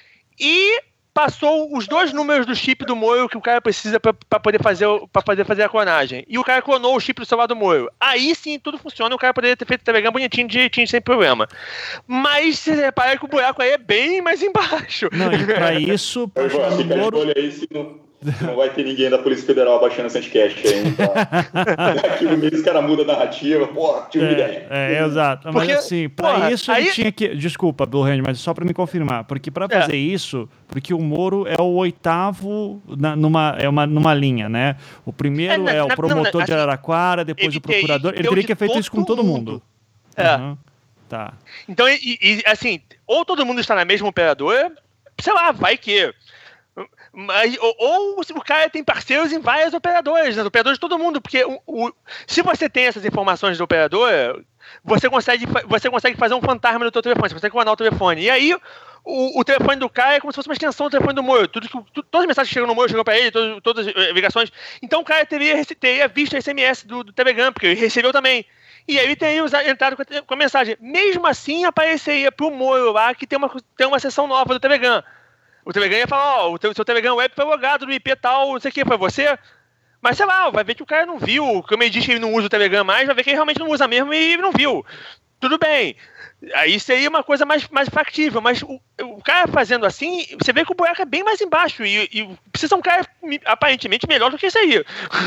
e passou os dois números do chip do Moro que o cara precisa para poder, poder fazer a clonagem. E o cara clonou o chip do celular do Moro. Aí sim tudo funciona, o cara poderia ter feito o Telegram bonitinho, direitinho, sem problema. Mas você repara que o buraco aí é bem mais embaixo. Não, e pra isso... Pra eu vou ficar Moro... de olho aí, se não, não vai ter ninguém da Polícia Federal abaixando esse anticash aí. Tá? Aqui no meio os caras mudam a narrativa. Pô, tive uma é, ideia. É, exato. Mas porque, assim, pra porra, isso aí... ele tinha que... Desculpa, Blue Hand, mas só pra me confirmar. Porque pra fazer é. isso, porque o Moro é o oitavo na, numa, é uma, numa linha, né? O primeiro é, na, é o na, promotor não, assim, de Araraquara, depois o procurador. Ele teria que ter feito isso com todo mundo. mundo. É. Uhum. Tá. Então, e, e, assim, ou todo mundo está na mesma operadora, sei lá, vai que... Mas, ou, ou o cara tem parceiros em várias operadoras, né? Operadores de todo mundo, porque o, o, se você tem essas informações do operador, você consegue, você consegue fazer um fantasma no teu telefone, você consegue clonar o telefone. E aí, o, o telefone do cara é como se fosse uma extensão do telefone do Moro. Tudo, tudo, todas as mensagens que chegam no Moro chegam para ele, todas, todas as ligações. Então o cara teria, teria visto a S M S do, do Telegram, porque ele recebeu também. E aí ele teria usado, entrado com a, com a mensagem. Mesmo assim, apareceria pro Moro lá que tem uma, tem uma seção nova do Telegram. O Telegram ia falar, ó, oh, o teu, seu Telegram web foi logado no I P tal, não sei o que, foi você. Mas sei lá, vai ver que o cara não viu, como ele diz que ele não usa o Telegram mais, vai ver que ele realmente não usa mesmo e ele não viu. Tudo bem. Aí seria uma coisa mais, mais factível, mas o, o cara fazendo assim, você vê que o buraco é bem mais embaixo e, e precisa um cara aparentemente melhor do que isso aí.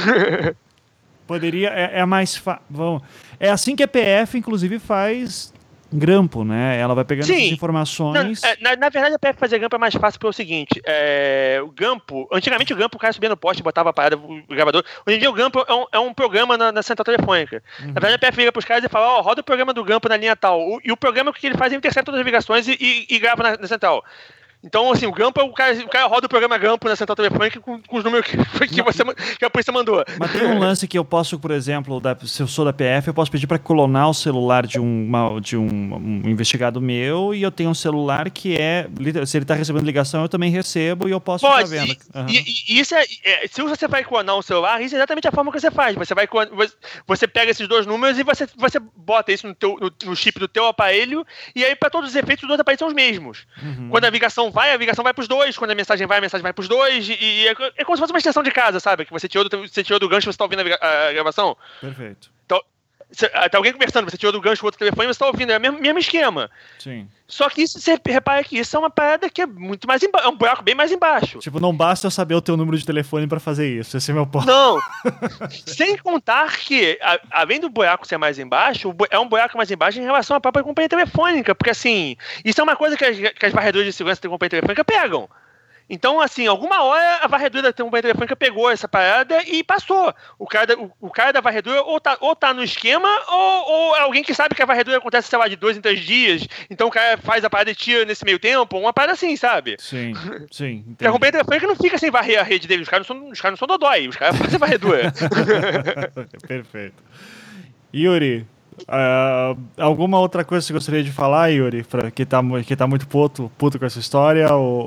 Poderia, é, é mais fa... Vamos, é assim que a P F, inclusive, faz grampo, né? Ela vai pegando Sim. essas informações... Não, é, na, na verdade, a P F fazer grampo é mais fácil pelo seguinte, é, o Gampo, antigamente o Gampo, o cara subia no poste e botava a parada, o gravador. Hoje em dia o Gampo é um, é um programa na, na central telefônica. Uhum. Na verdade, a P F liga pros caras e fala, ó, oh, roda o programa do Gampo na linha tal. O, e o programa que ele faz é intercepta todas as ligações e, e, e grava na, na central. Então, assim, o Gampo, o cara, o cara roda o programa Gampo na central telefônica com, com os números que, que, você, que a polícia mandou. Mas tem um lance que eu posso, por exemplo, da, se eu sou da P F, eu posso pedir para clonar o celular de, uma, de um, um investigado meu e eu tenho um celular que é... Se ele está recebendo ligação, eu também recebo e eu posso Pode, ficar vendo. Uhum. E, e isso é, é... Se você vai clonar um celular, isso é exatamente a forma que você faz. Você, vai, você pega esses dois números e você, você bota isso no, teu, no, no chip do teu aparelho e aí, para todos os efeitos, os dois aparelhos são os mesmos. Uhum. Quando a ligação vai, a ligação vai para os dois, quando a mensagem vai, a mensagem vai pros dois, e, e é, é como se fosse uma extensão de casa, sabe? Que você tirou do, você tirou do gancho e você tá ouvindo a, a gravação. Perfeito. Então, cê, tá alguém conversando, você tirou do gancho o outro telefone e você tá ouvindo, é o mesmo, mesmo esquema. Sim. Só que isso, você repara que isso é uma parada que é muito mais embaixo, é um buraco bem mais embaixo. Tipo, não basta eu saber o teu número de telefone pra fazer isso, esse é meu ponto. Não. Sem contar que, a, além do buraco ser mais embaixo, é um buraco mais embaixo em relação à própria companhia telefônica, porque assim, isso é uma coisa que as, que as varredoras de segurança da companhia telefônica pegam. Então, assim, alguma hora a varredura da companhia telefônica pegou essa parada e passou. O cara, o, o cara da varredura ou tá, ou tá no esquema ou, ou é alguém que sabe que a varredura acontece, sei lá, de dois em três dias. Então o cara faz a parada e tira nesse meio tempo. Uma parada assim, sabe? Sim, sim. Entendi. A companhia telefônica não fica sem varrer a rede deles. Os caras não são, os caras não são dodói. Os caras fazem a varredura. Perfeito. Yuri... Uh, alguma outra coisa que você gostaria de falar, Yuri, pra, que, tá, que tá muito puto, puto com essa história? Ou...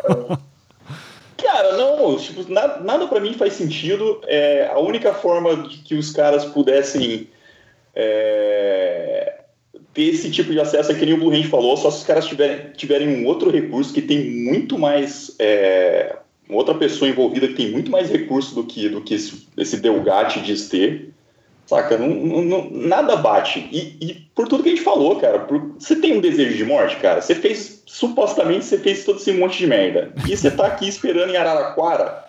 Cara, não, tipo, nada, nada pra mim faz sentido. É, a única forma de que os caras pudessem é, ter esse tipo de acesso é que nem o Blue Hand falou, só se os caras tiverem, tiverem um outro recurso que tem muito mais... É, outra pessoa envolvida que tem muito mais recurso do que, do que esse, esse Delgatti diz ter. Saca? Não, não, nada bate. E, e por tudo que a gente falou, cara, por, você tem um desejo de morte, cara? Você fez, supostamente, você fez todo esse monte de merda. E você tá aqui esperando em Araraquara.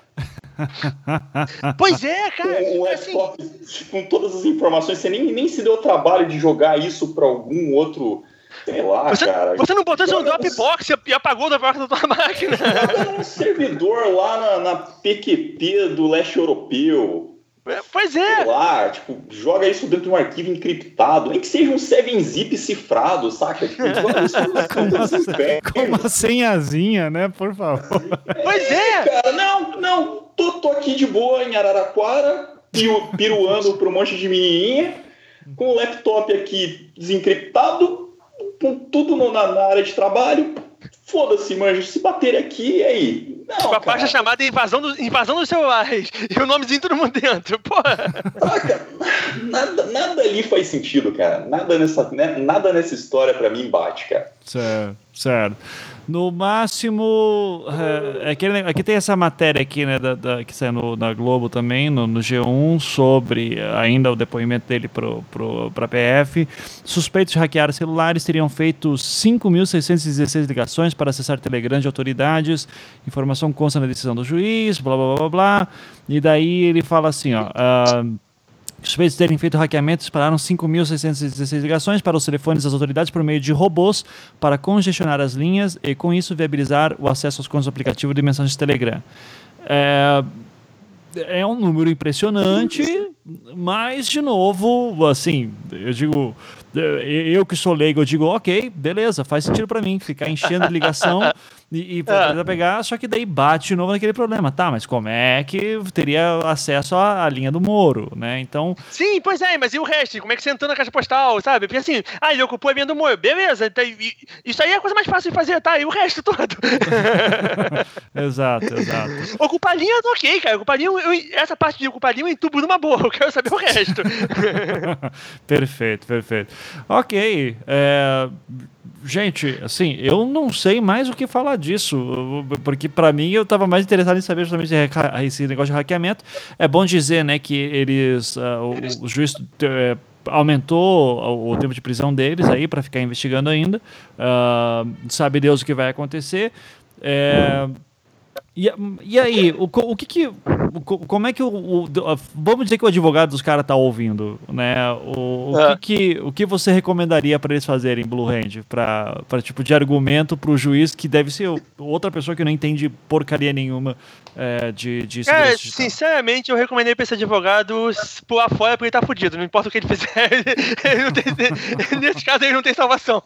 Pois é, cara. Com, um laptop, assim, com todas as informações, você nem, nem se deu o trabalho de jogar isso pra algum outro... Sei lá, você, cara. Você não botou isso no Dropbox e apagou o Dropbox da tua máquina. Joga num servidor lá na, na P Q P do leste europeu. Pois é. Sei lá, tipo, joga isso dentro de um arquivo encriptado, nem que seja um sete zip cifrado, saca? Tipo, joga isso no com uma senhazinha, né? Por favor. Pois é. Cara, não, não, tô, tô aqui de boa em Araraquara, piru, piruando pra um monte de menininha, com o laptop aqui desencriptado, com tudo no, na, na área de trabalho. Foda-se, manjo, se bater aqui, e aí? Não, com a cara. pasta chamada invasão, do, invasão dos celulares. E o nomezinho todo mundo dentro, porra. Saca? Nada, nada ali faz sentido, cara. Nada nessa, né? Nada nessa história pra mim bate, cara. Certo, certo. No máximo, é, aquele, aqui tem essa matéria aqui, né, da, da, que saiu no, na Globo também, no, no G um, sobre ainda o depoimento dele para a P F. Suspeitos de hackear celulares teriam feito cinco mil seiscentas e dezesseis ligações para acessar Telegram de autoridades. Informação consta na decisão do juiz, blá, blá, blá, blá. E daí ele fala assim, ó... Uh, suspeitos de terem feito hackeamento dispararam cinco mil seiscentas e dezesseis ligações para os telefones das autoridades por meio de robôs para congestionar as linhas e, com isso, viabilizar o acesso aos contos do aplicativo de mensagens Telegram. É, é um número impressionante, mas, de novo, assim, eu digo... eu que sou leigo, eu digo, ok, beleza, faz sentido pra mim ficar enchendo de ligação e, e pra pegar, só que daí bate de novo naquele problema. Tá, mas como é que teria acesso à, à linha do Moro, né? Então... Sim, pois é, mas e o resto? Como é que você entrou na caixa postal, sabe? Porque assim, ah, ele ocupou a linha do Moro, beleza, então, isso aí é a coisa mais fácil de fazer, tá? E o resto todo? Exato, exato. Ocupar a linha, ok, cara, ocupar a linha, eu, essa parte de ocupar a linha eu entubo numa boa, eu quero saber o resto. Perfeito, perfeito. Ok, é... gente, assim, eu não sei mais o que falar disso, porque pra mim eu tava mais interessado em saber justamente esse negócio de hackeamento. É bom dizer, né, que eles, uh, o, o juiz uh, aumentou o tempo de prisão deles aí para ficar investigando ainda, uh, sabe Deus o que vai acontecer. É... E, e aí, o, o que que, o, como é que o, o, vamos dizer que o advogado dos caras tá ouvindo, né? O, o, é. que, que, o que você recomendaria para eles fazerem, Blue Hand, para tipo de argumento para o juiz, que deve ser outra pessoa que não entende porcaria nenhuma é, de, de é, sinceramente, eu recomendei para esse advogado pular fora porque ele tá fudido, não importa o que ele fizer, ele não tem, nesse caso ele não tem salvação.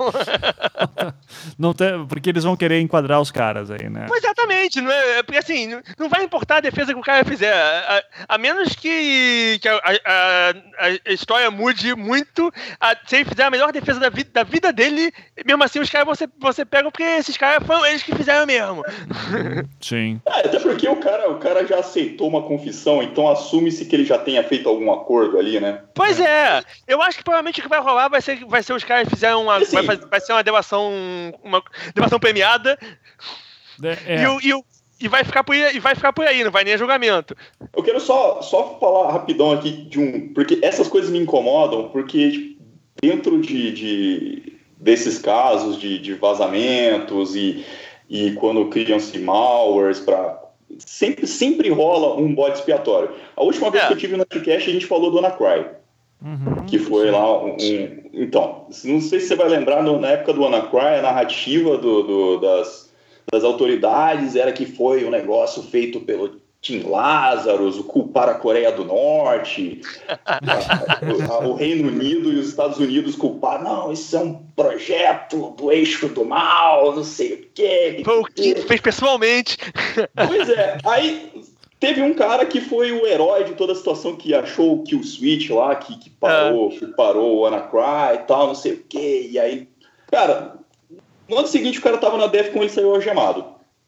Não tem, porque eles vão querer enquadrar os caras aí, né? Pois exatamente, não é? Porque assim, não vai importar a defesa que o cara fizer, a, a menos que, que a, a, a história mude muito, a, se ele fizer a melhor defesa da vida, da vida dele, mesmo assim os caras você, você pega porque esses caras foram eles que fizeram mesmo. Sim. É, até porque o cara, o cara já aceitou uma confissão, então assume-se que ele já tenha feito algum acordo ali, né? Pois é, eu acho que provavelmente o que vai rolar vai ser, vai ser os caras que fizeram uma, assim, vai, vai ser uma delação, uma delação premiada, é. e o... E o E vai, ficar por aí, e vai ficar por aí, não vai nem a julgamento. Eu quero só, só falar rapidão aqui de um... Porque essas coisas me incomodam, porque tipo, dentro de, de, desses casos de, de vazamentos e, e quando criam-se malwares para... Sempre, sempre rola um bode expiatório. A última vez é. que eu tive no podcast, a gente falou do WannaCry. Uhum, que foi sim. lá um, um... Então, não sei se você vai lembrar, no, na época do WannaCry, a narrativa do, do, das... das autoridades era que foi um negócio feito pelo Tim Lazarus, o culpar a Coreia do Norte, a, a, o Reino Unido e os Estados Unidos culpar, não, isso é um projeto do eixo do mal, não sei o quê. Foi o que fez pessoalmente. Pois é, aí teve um cara que foi o herói de toda a situação, que achou o kill switch lá, que, que parou, ah. que parou o WannaCry e tal, não sei o quê, e aí, cara... No ano seguinte, o cara tava na Defcon e ele saiu algemado.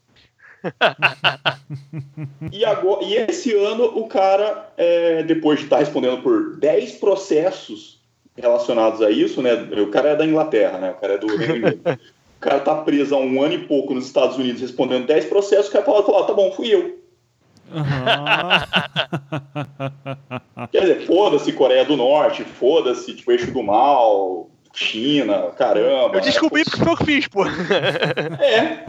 e, agora, e esse ano, o cara, é, depois de estar respondendo por dez processos relacionados a isso, né? O cara é da Inglaterra, né? O cara é do Reino Unido. O cara tá preso há um ano e pouco nos Estados Unidos respondendo dez processos, o cara falou, falou tá bom, fui eu. Uhum. Quer dizer, foda-se Coreia do Norte, foda-se, tipo, eixo do mal... China, caramba. Eu descobri porque foi o que fiz, pô. É.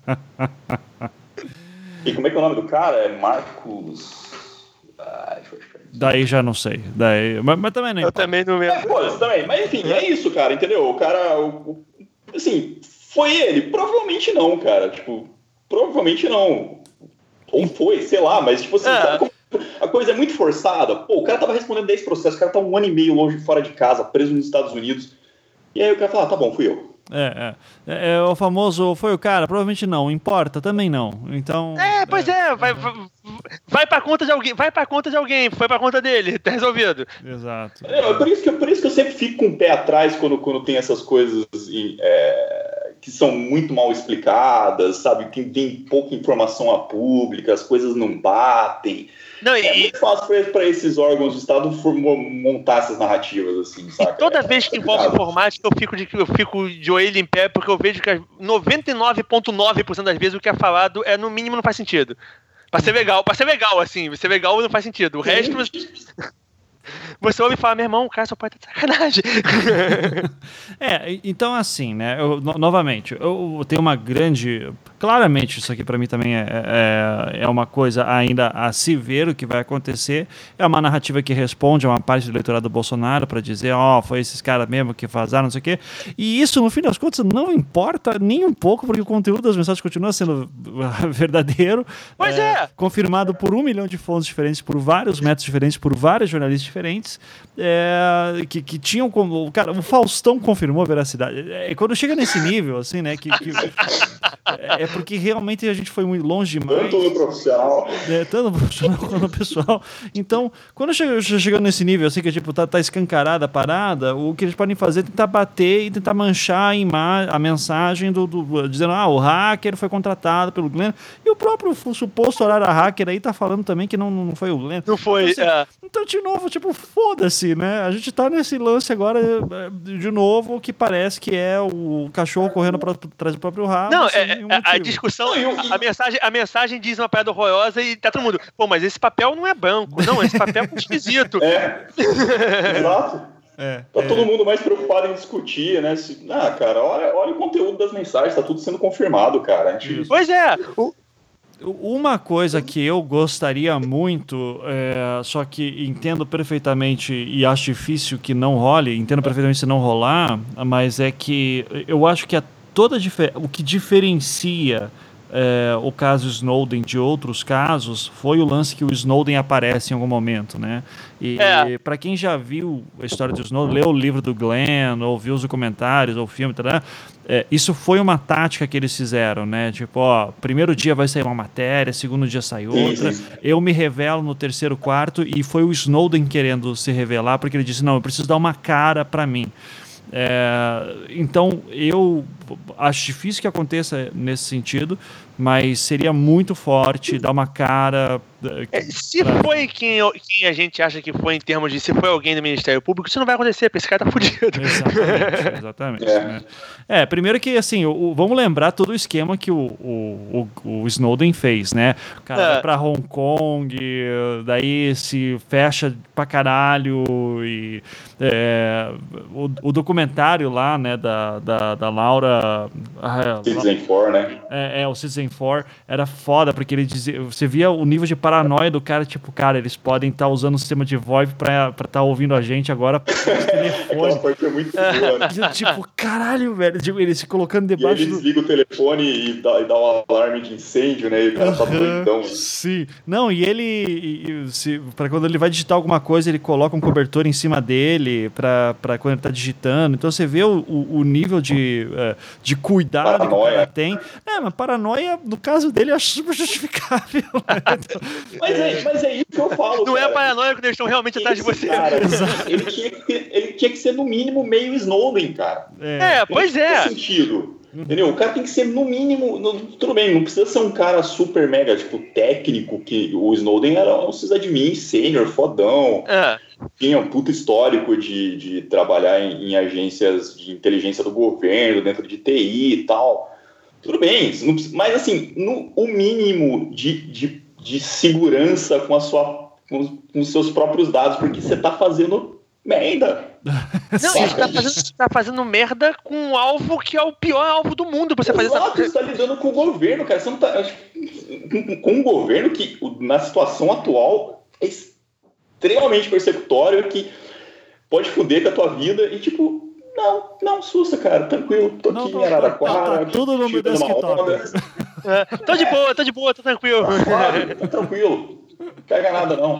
E como é que é o nome do cara? É Marcos... Ai, Daí já não sei. Daí... Mas, mas também não. Eu também não lembro. É, pô, também. Mas enfim, é isso, cara, entendeu? O cara... O, assim, foi ele? Provavelmente não, cara. Tipo, provavelmente não. Ou foi, sei lá, mas tipo assim, é. sabe como... A coisa é muito forçada. Pô, o cara tava respondendo dez processos, o cara tá um ano e meio longe, fora de casa, preso nos Estados Unidos. E aí o cara fala, ah, tá bom, fui eu. É, é, é o famoso, foi o cara? Provavelmente não, importa, também não. Então... É, pois é, é vai, vai, vai pra conta de alguém, vai pra conta de alguém, foi pra conta dele, tá resolvido. Exato. É, é por, isso que, por isso que eu sempre fico com o pé atrás quando, quando tem essas coisas é, que são muito mal explicadas, sabe? Que tem pouca informação a pública, as coisas não batem. Não, e, é muito fácil para esses órgãos do Estado montar essas narrativas, assim, saca? E toda vez que envolve informática, eu fico, de, eu fico de orelha em pé, porque eu vejo que noventa e nove vírgula nove por cento das vezes o que é falado é, no mínimo, não faz sentido. Pra ser legal, pra ser legal, assim, pra ser legal não faz sentido. O resto... Você ouve e fala, meu irmão, o cara só pode estar de sacanagem. É, então assim, né, eu, no, novamente, eu tenho uma grande claramente isso aqui para mim também é, é, é uma coisa ainda a se ver o que vai acontecer. É uma narrativa que responde a uma parte do eleitorado do Bolsonaro para dizer, ó, oh, foi esses caras mesmo que vazaram, não sei o quê. E isso, no fim das contas, não importa nem um pouco, porque o conteúdo das mensagens continua sendo verdadeiro. Pois é, é. Confirmado por um milhão de fontes diferentes, por vários métodos diferentes, por vários jornalistas diferentes, é, que, que tinham como... Cara, o Faustão confirmou a veracidade. É, quando chega nesse nível, assim, né, que... que é, é porque realmente a gente foi muito longe demais. Tanto no profissional. É, tanto no profissional quanto no pessoal. Então, quando chega, chega nesse nível, assim, que tipo, tá, tá escancarada a parada, o que eles podem fazer é tentar bater e tentar manchar a, ima- a mensagem do, do... dizendo, ah, o hacker foi contratado pelo Glenn. E o próprio suposto horário hacker aí tá falando também que não, não foi o Glenn. Não foi, então, assim, é. Então, de novo, tipo, foda-se, né? A gente tá nesse lance agora, de novo, que parece que é o cachorro correndo pra trás do próprio rabo. Não, sem é, nenhum a, a motivo. discussão, a, a, mensagem, a mensagem diz uma parada horrorosa e tá todo mundo, pô, mas esse papel não é branco. Não, esse papel é esquisito. É, exato. É, tá é. todo mundo mais preocupado em discutir, né? Se, ah, cara, olha, olha o conteúdo das mensagens, tá tudo sendo confirmado, cara. A gente... Pois é. O... Uma coisa que eu gostaria muito, é, só que entendo perfeitamente e acho difícil que não role, entendo perfeitamente se não rolar, mas é que eu acho que a toda difer- o que diferencia é, o caso Snowden de outros casos foi o lance que o Snowden aparece em algum momento, né? E é. para quem já viu a história do Snowden, leu o livro do Glenn, ou viu os documentários, ou o filme, tá, é, isso foi uma tática que eles fizeram, né? Tipo, ó, primeiro dia vai sair uma matéria, segundo dia sai outra, sim, sim. Eu me revelo no terceiro, quarto, e foi o Snowden querendo se revelar, porque ele disse, não, eu preciso dar uma cara para mim. É, então eu acho difícil que aconteça nesse sentido, mas seria muito forte dar uma cara. É, se pra... foi quem, quem a gente acha que foi em termos de se foi alguém do Ministério Público, isso não vai acontecer, porque esse cara tá fudido. Exatamente, exatamente. É. Né? É, primeiro que assim, o, o, vamos lembrar todo o esquema que o, o, o, o Snowden fez, né? O cara é. vai pra Hong Kong, daí se fecha pra caralho e é, o, o documentário lá, né, da, da, da Laura... Citizen Four, né? É, é, o Citizen Four era foda, porque ele dizia, você via o nível de paranoia do cara, tipo, cara, eles podem estar tá usando o sistema de VoIP pra estar tá ouvindo a gente agora por telefone. Foi, foi muito boa, né? Tipo, caralho, velho, tipo, ele se colocando debaixo e ele desliga do... o telefone e dá, e dá um alarme de incêndio, né, e o cara tá doidão. Sim, não, e ele, e, se, pra quando ele vai digitar alguma coisa, ele coloca um cobertor em cima dele pra, pra quando ele tá digitando, então você vê o, o, o nível de, uh, de cuidado paranoia. Que o cara tem. É, mas paranoia, no caso dele, eu acho super justificável. Né? Mas, é, mas é isso que eu falo. Não cara. É paranoia quando eles estão realmente atrás de você. Cara, ele, tinha que ter, ele tinha que ser, no mínimo, meio Snowden, cara. É, é pois é. Não faz sentido. Uhum. Entendeu? O cara tem que ser, no mínimo. No, tudo bem, não precisa ser um cara super mega, tipo, técnico, que o Snowden era um sysadmin sênior, fodão. É. Tinha um puta histórico de, de trabalhar em, em agências de inteligência do governo, dentro de T I e tal. Tudo bem, mas assim, no, o mínimo de, de, de segurança com, a sua, com, com os seus próprios dados, porque você tá fazendo merda. Não, você tá fazendo, tá fazendo merda com um alvo que é o pior alvo do mundo pra você fazer Exato, essa... você tá lidando com o governo, cara. Você não tá. Com, com um governo que, na situação atual, é extremamente persecutório, que pode foder com a tua vida e, tipo. Não, não, sussa, cara, tranquilo, tô não, aqui não, em Araraquara. Tá, tá tudo no meu desktop. É, tô de boa, tô de boa, tô tranquilo. Tá, tá tranquilo, não pega nada não.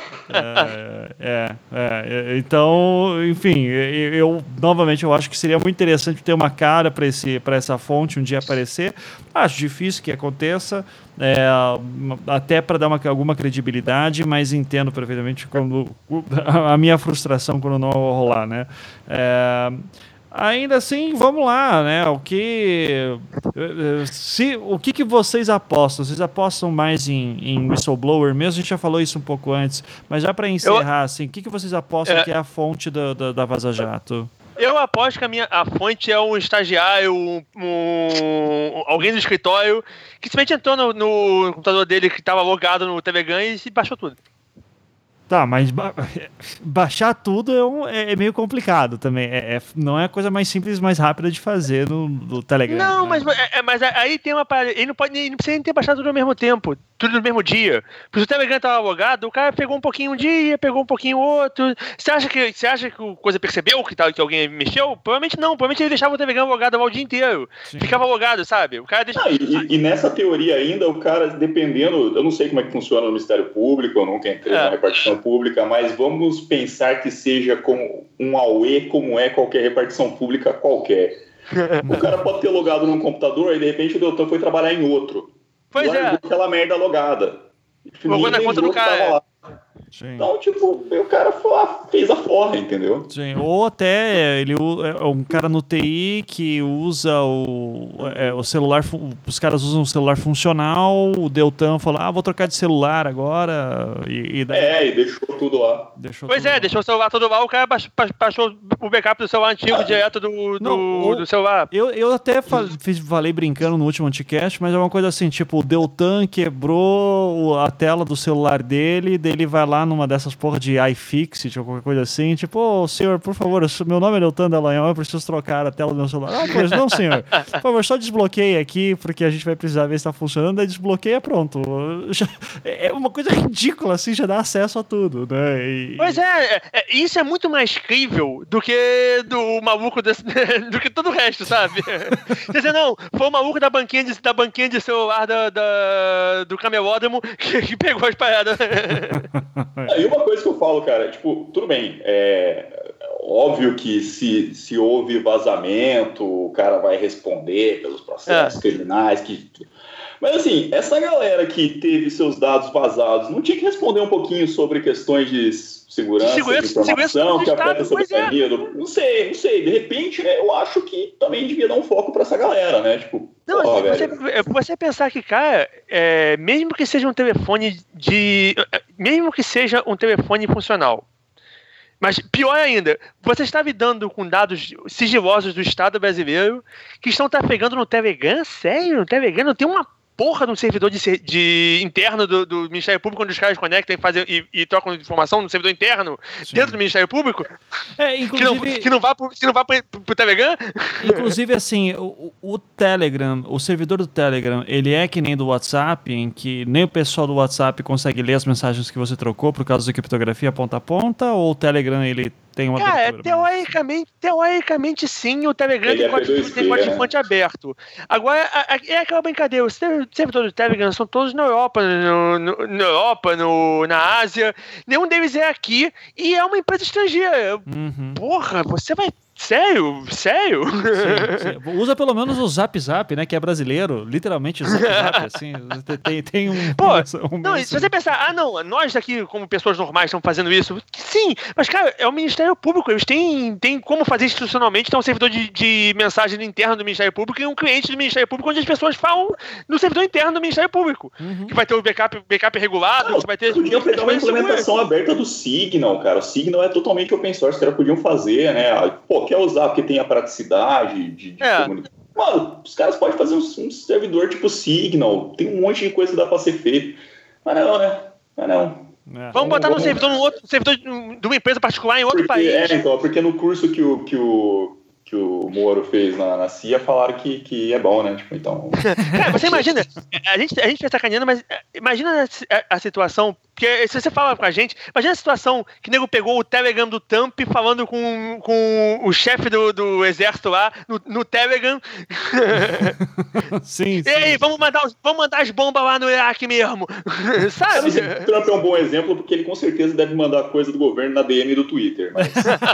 É, é, é, então, enfim, eu, eu novamente eu acho que seria muito interessante ter uma cara para esse, para essa fonte um dia aparecer. Acho difícil que aconteça, é, até para dar uma, alguma credibilidade, mas entendo perfeitamente quando, a minha frustração quando não rolar, né? É, ainda assim, vamos lá, né? O que, se, o que, que vocês apostam? Vocês apostam mais em, em whistleblower mesmo? A gente já falou isso um pouco antes, mas já para encerrar, eu, assim, o que, que vocês apostam é, que é a fonte da, da, da Vaza Jato? Eu aposto que a, minha, a fonte é um estagiário, um, um, alguém do escritório, que simplesmente entrou no, no computador dele que estava logado no Telegram e se baixou tudo. Tá, mas ba- baixar tudo é, um- é- é meio complicado também. É, é- não é a coisa mais simples, mais rápida de fazer no, no Telegram. Não, né? mas, é, é, mas aí tem uma parada. Ele não, pode, ele não precisa nem ter baixado tudo ao mesmo tempo, tudo no mesmo dia. Porque se o Telegram tava logado, o cara pegou um pouquinho um dia, pegou um pouquinho outro. Você acha que, você acha que o coisa percebeu que, tá, que alguém mexeu? Provavelmente não. Provavelmente ele deixava o Telegram logado o dia inteiro. Sim. Ficava logado, sabe? O cara deixa. Ah, e, e nessa teoria ainda, o cara, dependendo, eu não sei como é que funciona no Ministério Público, eu nunca entrei É. na repartição pública, mas vamos pensar que seja como um auê, como é qualquer repartição pública qualquer. O cara pode ter logado num computador e de repente o doutor foi trabalhar em outro. Pois Largou é. aquela merda logada. Logou na Ninguém conta do lembrou que cara, tava é. lá. Sim. Então, tipo, o cara foi lá, fez a forra, entendeu? Sim, ou até ele u- é um cara no T I que usa o, é, o celular, fu- os caras usam o celular funcional, o Deltan falou, ah, vou trocar de celular agora, e, e daí É, e deixou tudo lá. deixou Pois tudo é, lá. deixou o celular todo lá, o cara baix- ba- baixou o backup do celular antigo direto do, do, Não, ou- do celular. Eu, eu até fa- fiz, falei brincando no último anticast, mas é uma coisa assim, tipo, o Deltan quebrou o- a tela do celular dele, daí ele vai lá numa dessas porra de iFixit ou qualquer coisa assim, tipo, ô senhor, por favor, eu sou- meu nome é Deltan Dallagnol, eu preciso trocar a tela do meu celular. Ah, pois não, senhor. Por favor, só desbloqueie aqui, porque a gente vai precisar ver se tá funcionando, aí desbloqueia, pronto. Já- é uma coisa ridícula, assim, já dá acesso a tudo, né? E- Pois é, é, é, isso é muito mais crível do que do maluco desse, do que todo o resto, sabe? Quer dizer, não, foi o maluco da banquinha de, da banquinha de celular da, da- do camelódromo que, que pegou as paradas. Ah, e uma coisa que eu falo, cara, tipo, tudo bem, é óbvio que se, se houve vazamento, o cara vai responder pelos processos É. criminais, que... Mas assim, essa galera que teve seus dados vazados, não tinha que responder um pouquinho sobre questões de segurança, De segurança- de informação, segurança do que afeta a Estado, pois é. soberania do... Não sei, não sei, de repente, né, eu acho que também devia dar um foco pra essa galera, né, tipo... Não, ó, assim, você, velho, você pensar que, cara, é, mesmo que seja um telefone de. Mesmo que seja um telefone funcional. Mas pior ainda, você está lidando com dados sigilosos do Estado brasileiro que estão trafegando no Telegram? Sério? No Telegram não tem uma porra de um servidor de, ser- de interno do, do Ministério Público onde os caras conectam e, fazem, e, e trocam informação no servidor interno Sim. dentro do Ministério Público? É, Que não, inclusive... que não vá pro, que não vá pro, pro Telegram? Inclusive, assim, o, o Telegram, o servidor do Telegram, ele é que nem do WhatsApp, em que nem o pessoal do WhatsApp consegue ler as mensagens que você trocou por causa da criptografia ponta a ponta, ou o Telegram, ele tem uma Cara, abertura? teoricamente, teoricamente sim, o Telegram Ele tem é código, P dois P, tem código né? fonte aberto. Agora, a- a- é aquela brincadeira, os ser- servidores do Telegram são todos na Europa, no, no- na Europa, no, na Ásia, nenhum deles é aqui, e é uma empresa estrangeira. Uhum. Porra, você vai... Sério? Sério? Sim, sim. Usa pelo menos o Zap Zap, né? Que é brasileiro, literalmente o Zap Zap, assim, tem, tem um... Pô, um não, e se você pensar, ah não, nós aqui como pessoas normais estamos fazendo isso, sim, mas cara, é o Ministério Público, eles têm, têm como fazer institucionalmente, tem um servidor de, de mensagem interno do Ministério Público e um cliente do Ministério Público onde as pessoas falam no servidor interno do Ministério Público, Uhum. que vai ter o backup, backup regulado, Não, que vai ter... podiam pegar uma as coisas implementação aberta do Signal, cara. O Signal é totalmente open source, os caras podiam fazer, né? Pô, quer usar porque tem a praticidade de, de É. comunicação. Mano, os caras podem fazer um, um servidor tipo Signal, tem um monte de coisa que dá pra ser feito. Mas não, né? Mas não. É. Vamos botar no Vamos- servidor, num outro servidor de uma empresa particular em outro Porque, país. é, então, porque no curso que o, que o, que o Moro fez na, na C I A falaram que, que é bom, né? Tipo, então... Cara, você imagina, a gente, a gente vai sacaneando, mas é, imagina a, si- a- a situação, porque se você fala com a gente, imagina a situação que o nego pegou o Telegram do Trump falando com, com o chefe do, do exército lá no, no Telegram. Sim, sim. E aí, vamos mandar, os- vamos mandar as bombas lá no Iraque mesmo. Sabe? Assim, o Trump é um bom exemplo porque ele com certeza deve mandar coisa do governo na D M do Twitter. Mas,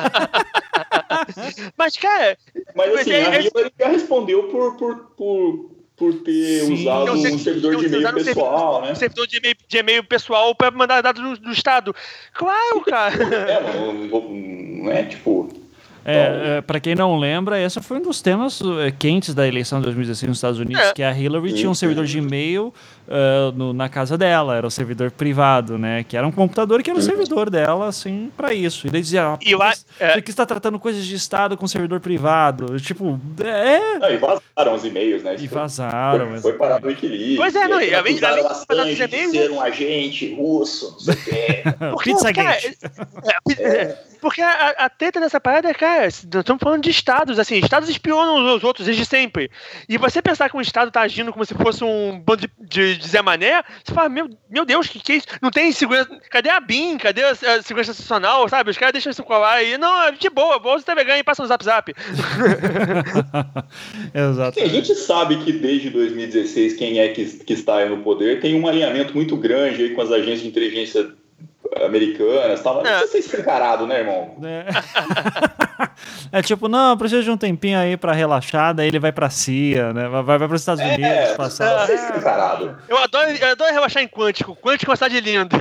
Mas, cara, mas assim, é- a é- Hillary já respondeu por, por, por, por ter Sim. usado Então, um você- servidor de então, e-mail usar um pessoal, né? um servidor de e-mail, de e-mail pessoal pra mandar dados do, do Estado. Claro, cara. É, não, não, não é tipo... É, é, para quem não lembra, esse foi um dos temas é, quentes da eleição de dois mil e dezesseis nos Estados Unidos, É. que a Hillary Sim, tinha um sim. servidor de e-mail uh, no, na casa dela, era o servidor privado, né? Que era um computador que era o servidor dela, assim, pra isso. E daí dizia, ah, E lá- é. por que você tá tratando coisas de Estado com servidor privado? Tipo, é... Não, e vazaram os e-mails, né? E Isso vazaram. Foi, foi parar no Wikileaks. Pois é, e não, aí e além- acusaram além o de vazar os Assange de e-mails, ser um agente russo, não sei o quê. Porque, Pizzagate. cara, é, é, porque a, a treta dessa parada é, cara, nós estamos falando de estados, assim, estados espionam os outros desde sempre. E você pensar que um estado tá agindo como se fosse um bando de, de, de Zé Mané, você fala, meu, meu Deus, que que é isso? Não tem segurança, cadê a B I M? Cadê a, a segurança nacional, sabe? Os caras deixam isso colar aí, não, é de boa, bolsa T V ganha e passa no zap zap. Exato. Sim, a gente sabe que desde dois mil e dezesseis quem é que, que está aí no poder tem um alinhamento muito grande aí com as agências de inteligência americanas e tal, mas não precisa ser escancarado, né, irmão? É. É tipo, não, precisa de um tempinho aí pra relaxar, daí ele vai pra C I A, né? Vai, vai para os Estados Unidos É, passar. não precisa ser escancarado. Eu adoro, eu adoro relaxar em Quântico. Quântico é uma cidade linda.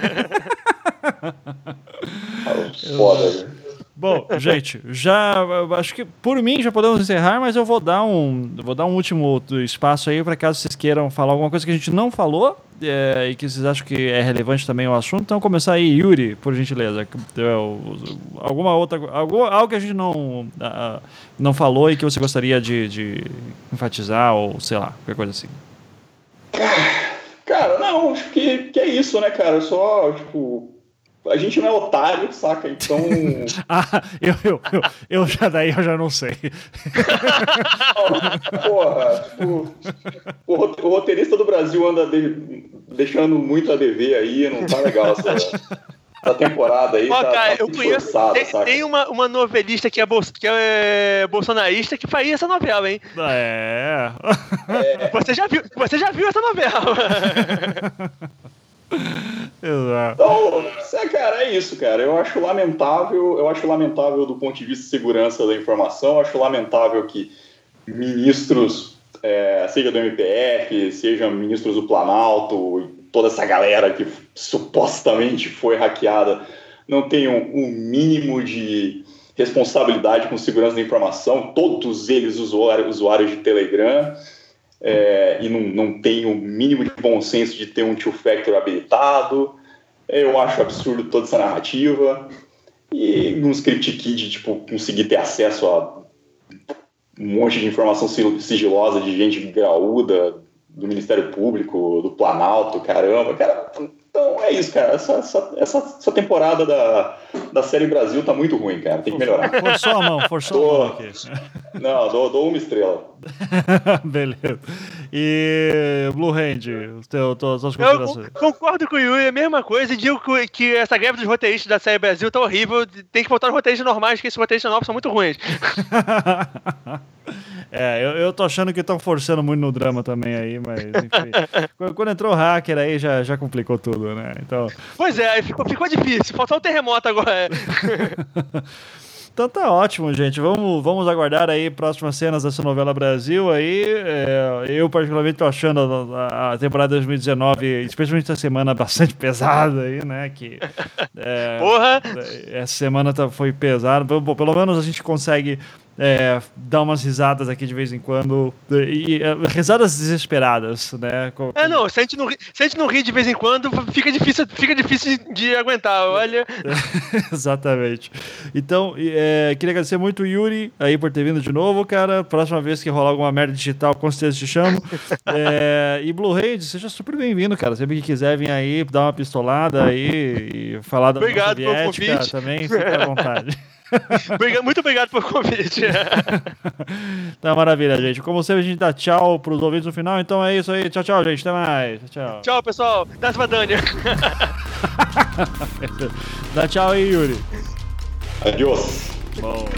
Foda, né? Bom, gente, já acho que por mim já podemos encerrar, mas eu vou dar um, vou dar um último espaço aí para caso vocês queiram falar alguma coisa que a gente não falou é, e que vocês acham que é relevante também o assunto. Então, começar aí, Yuri, por gentileza. Alguma outra, algo, algo que a gente não, uh, não falou e que você gostaria de, de enfatizar ou sei lá, qualquer coisa assim. Cara, não, acho que, que é isso, né, cara? Só, tipo, a gente não é otário, saca? Então. ah, eu, eu, eu, eu já daí eu já não sei. Porra, tipo, o, o roteirista do Brasil anda de, deixando muito a dever aí, não tá legal essa, essa temporada aí. Ó, tá, cara, tá eu conheço. forçada, Tem, saca? tem uma, uma novelista que é, bol, que é bolsonarista que faria essa novela, hein? É. É. Você já viu, você já viu essa novela? Exato. Então, é, cara, é isso, cara. Eu acho lamentável, eu acho lamentável do ponto de vista de segurança da informação, eu acho lamentável que ministros, é, seja do M P F, sejam ministros do Planalto, e toda essa galera que supostamente foi hackeada, não tenham um mínimo de responsabilidade com segurança da informação, todos eles usuários, usuários de Telegram. É, e não, não tem o mínimo de bom senso de ter um two-factor habilitado. Eu acho absurdo toda essa narrativa. E um script kid, tipo, conseguir ter acesso a um monte de informação sigilosa de gente graúda, do Ministério Público, do Planalto, caramba. Cara, então é isso, cara. Essa, essa, essa, essa temporada da, da série Brasil tá muito ruim, cara. Tem que melhorar. Forçou a mão, forçou Tô... a mão aqui. Não, dou, dou uma estrela. Beleza. E Blue Hand, teu, tuas suas Eu considerações? concordo com o Yuri, é a mesma coisa, e digo que, que essa greve dos roteiristas da série Brasil tá horrível, tem que voltar aos roteiristas normais, que esses roteiristas novos são muito ruins. É, eu, eu tô achando que estão forçando muito no drama também aí, mas enfim. quando, quando entrou o hacker aí já, já complicou tudo, né? Então... Pois é, ficou, ficou difícil, faltou o terremoto agora. Então tá ótimo, gente. Vamos, vamos aguardar aí próximas cenas dessa novela Brasil aí. É, eu particularmente tô achando a, a temporada dois mil e dezenove, especialmente essa semana, bastante pesada aí, né? Que, é, Porra! Essa semana tá, foi pesada. Pelo, pelo menos a gente consegue é, dar umas risadas aqui de vez em quando. E, e, risadas desesperadas, né? Com, É, não, se a gente não, ri, se a gente não ri de vez em quando, fica difícil, fica difícil de, de aguentar, olha. Exatamente. Então, é, queria agradecer muito o Yuri aí por ter vindo de novo, cara. Próxima vez que rolar alguma merda digital, com certeza te chamo. É, e Blue Hand, seja super bem-vindo, cara. Sempre que quiser vir aí, dar uma pistolada aí e falar da Obrigado União pelo Soviética convite. também, fica à vontade. Muito obrigado pelo convite. Tá maravilha, gente. Como sempre, a gente dá tchau pros ouvintes no final. Então é isso aí. Tchau, tchau, gente. Até mais. Tchau. Tchau, pessoal. Das Vadania. Dá tchau aí, Yuri. Adiós. Bom.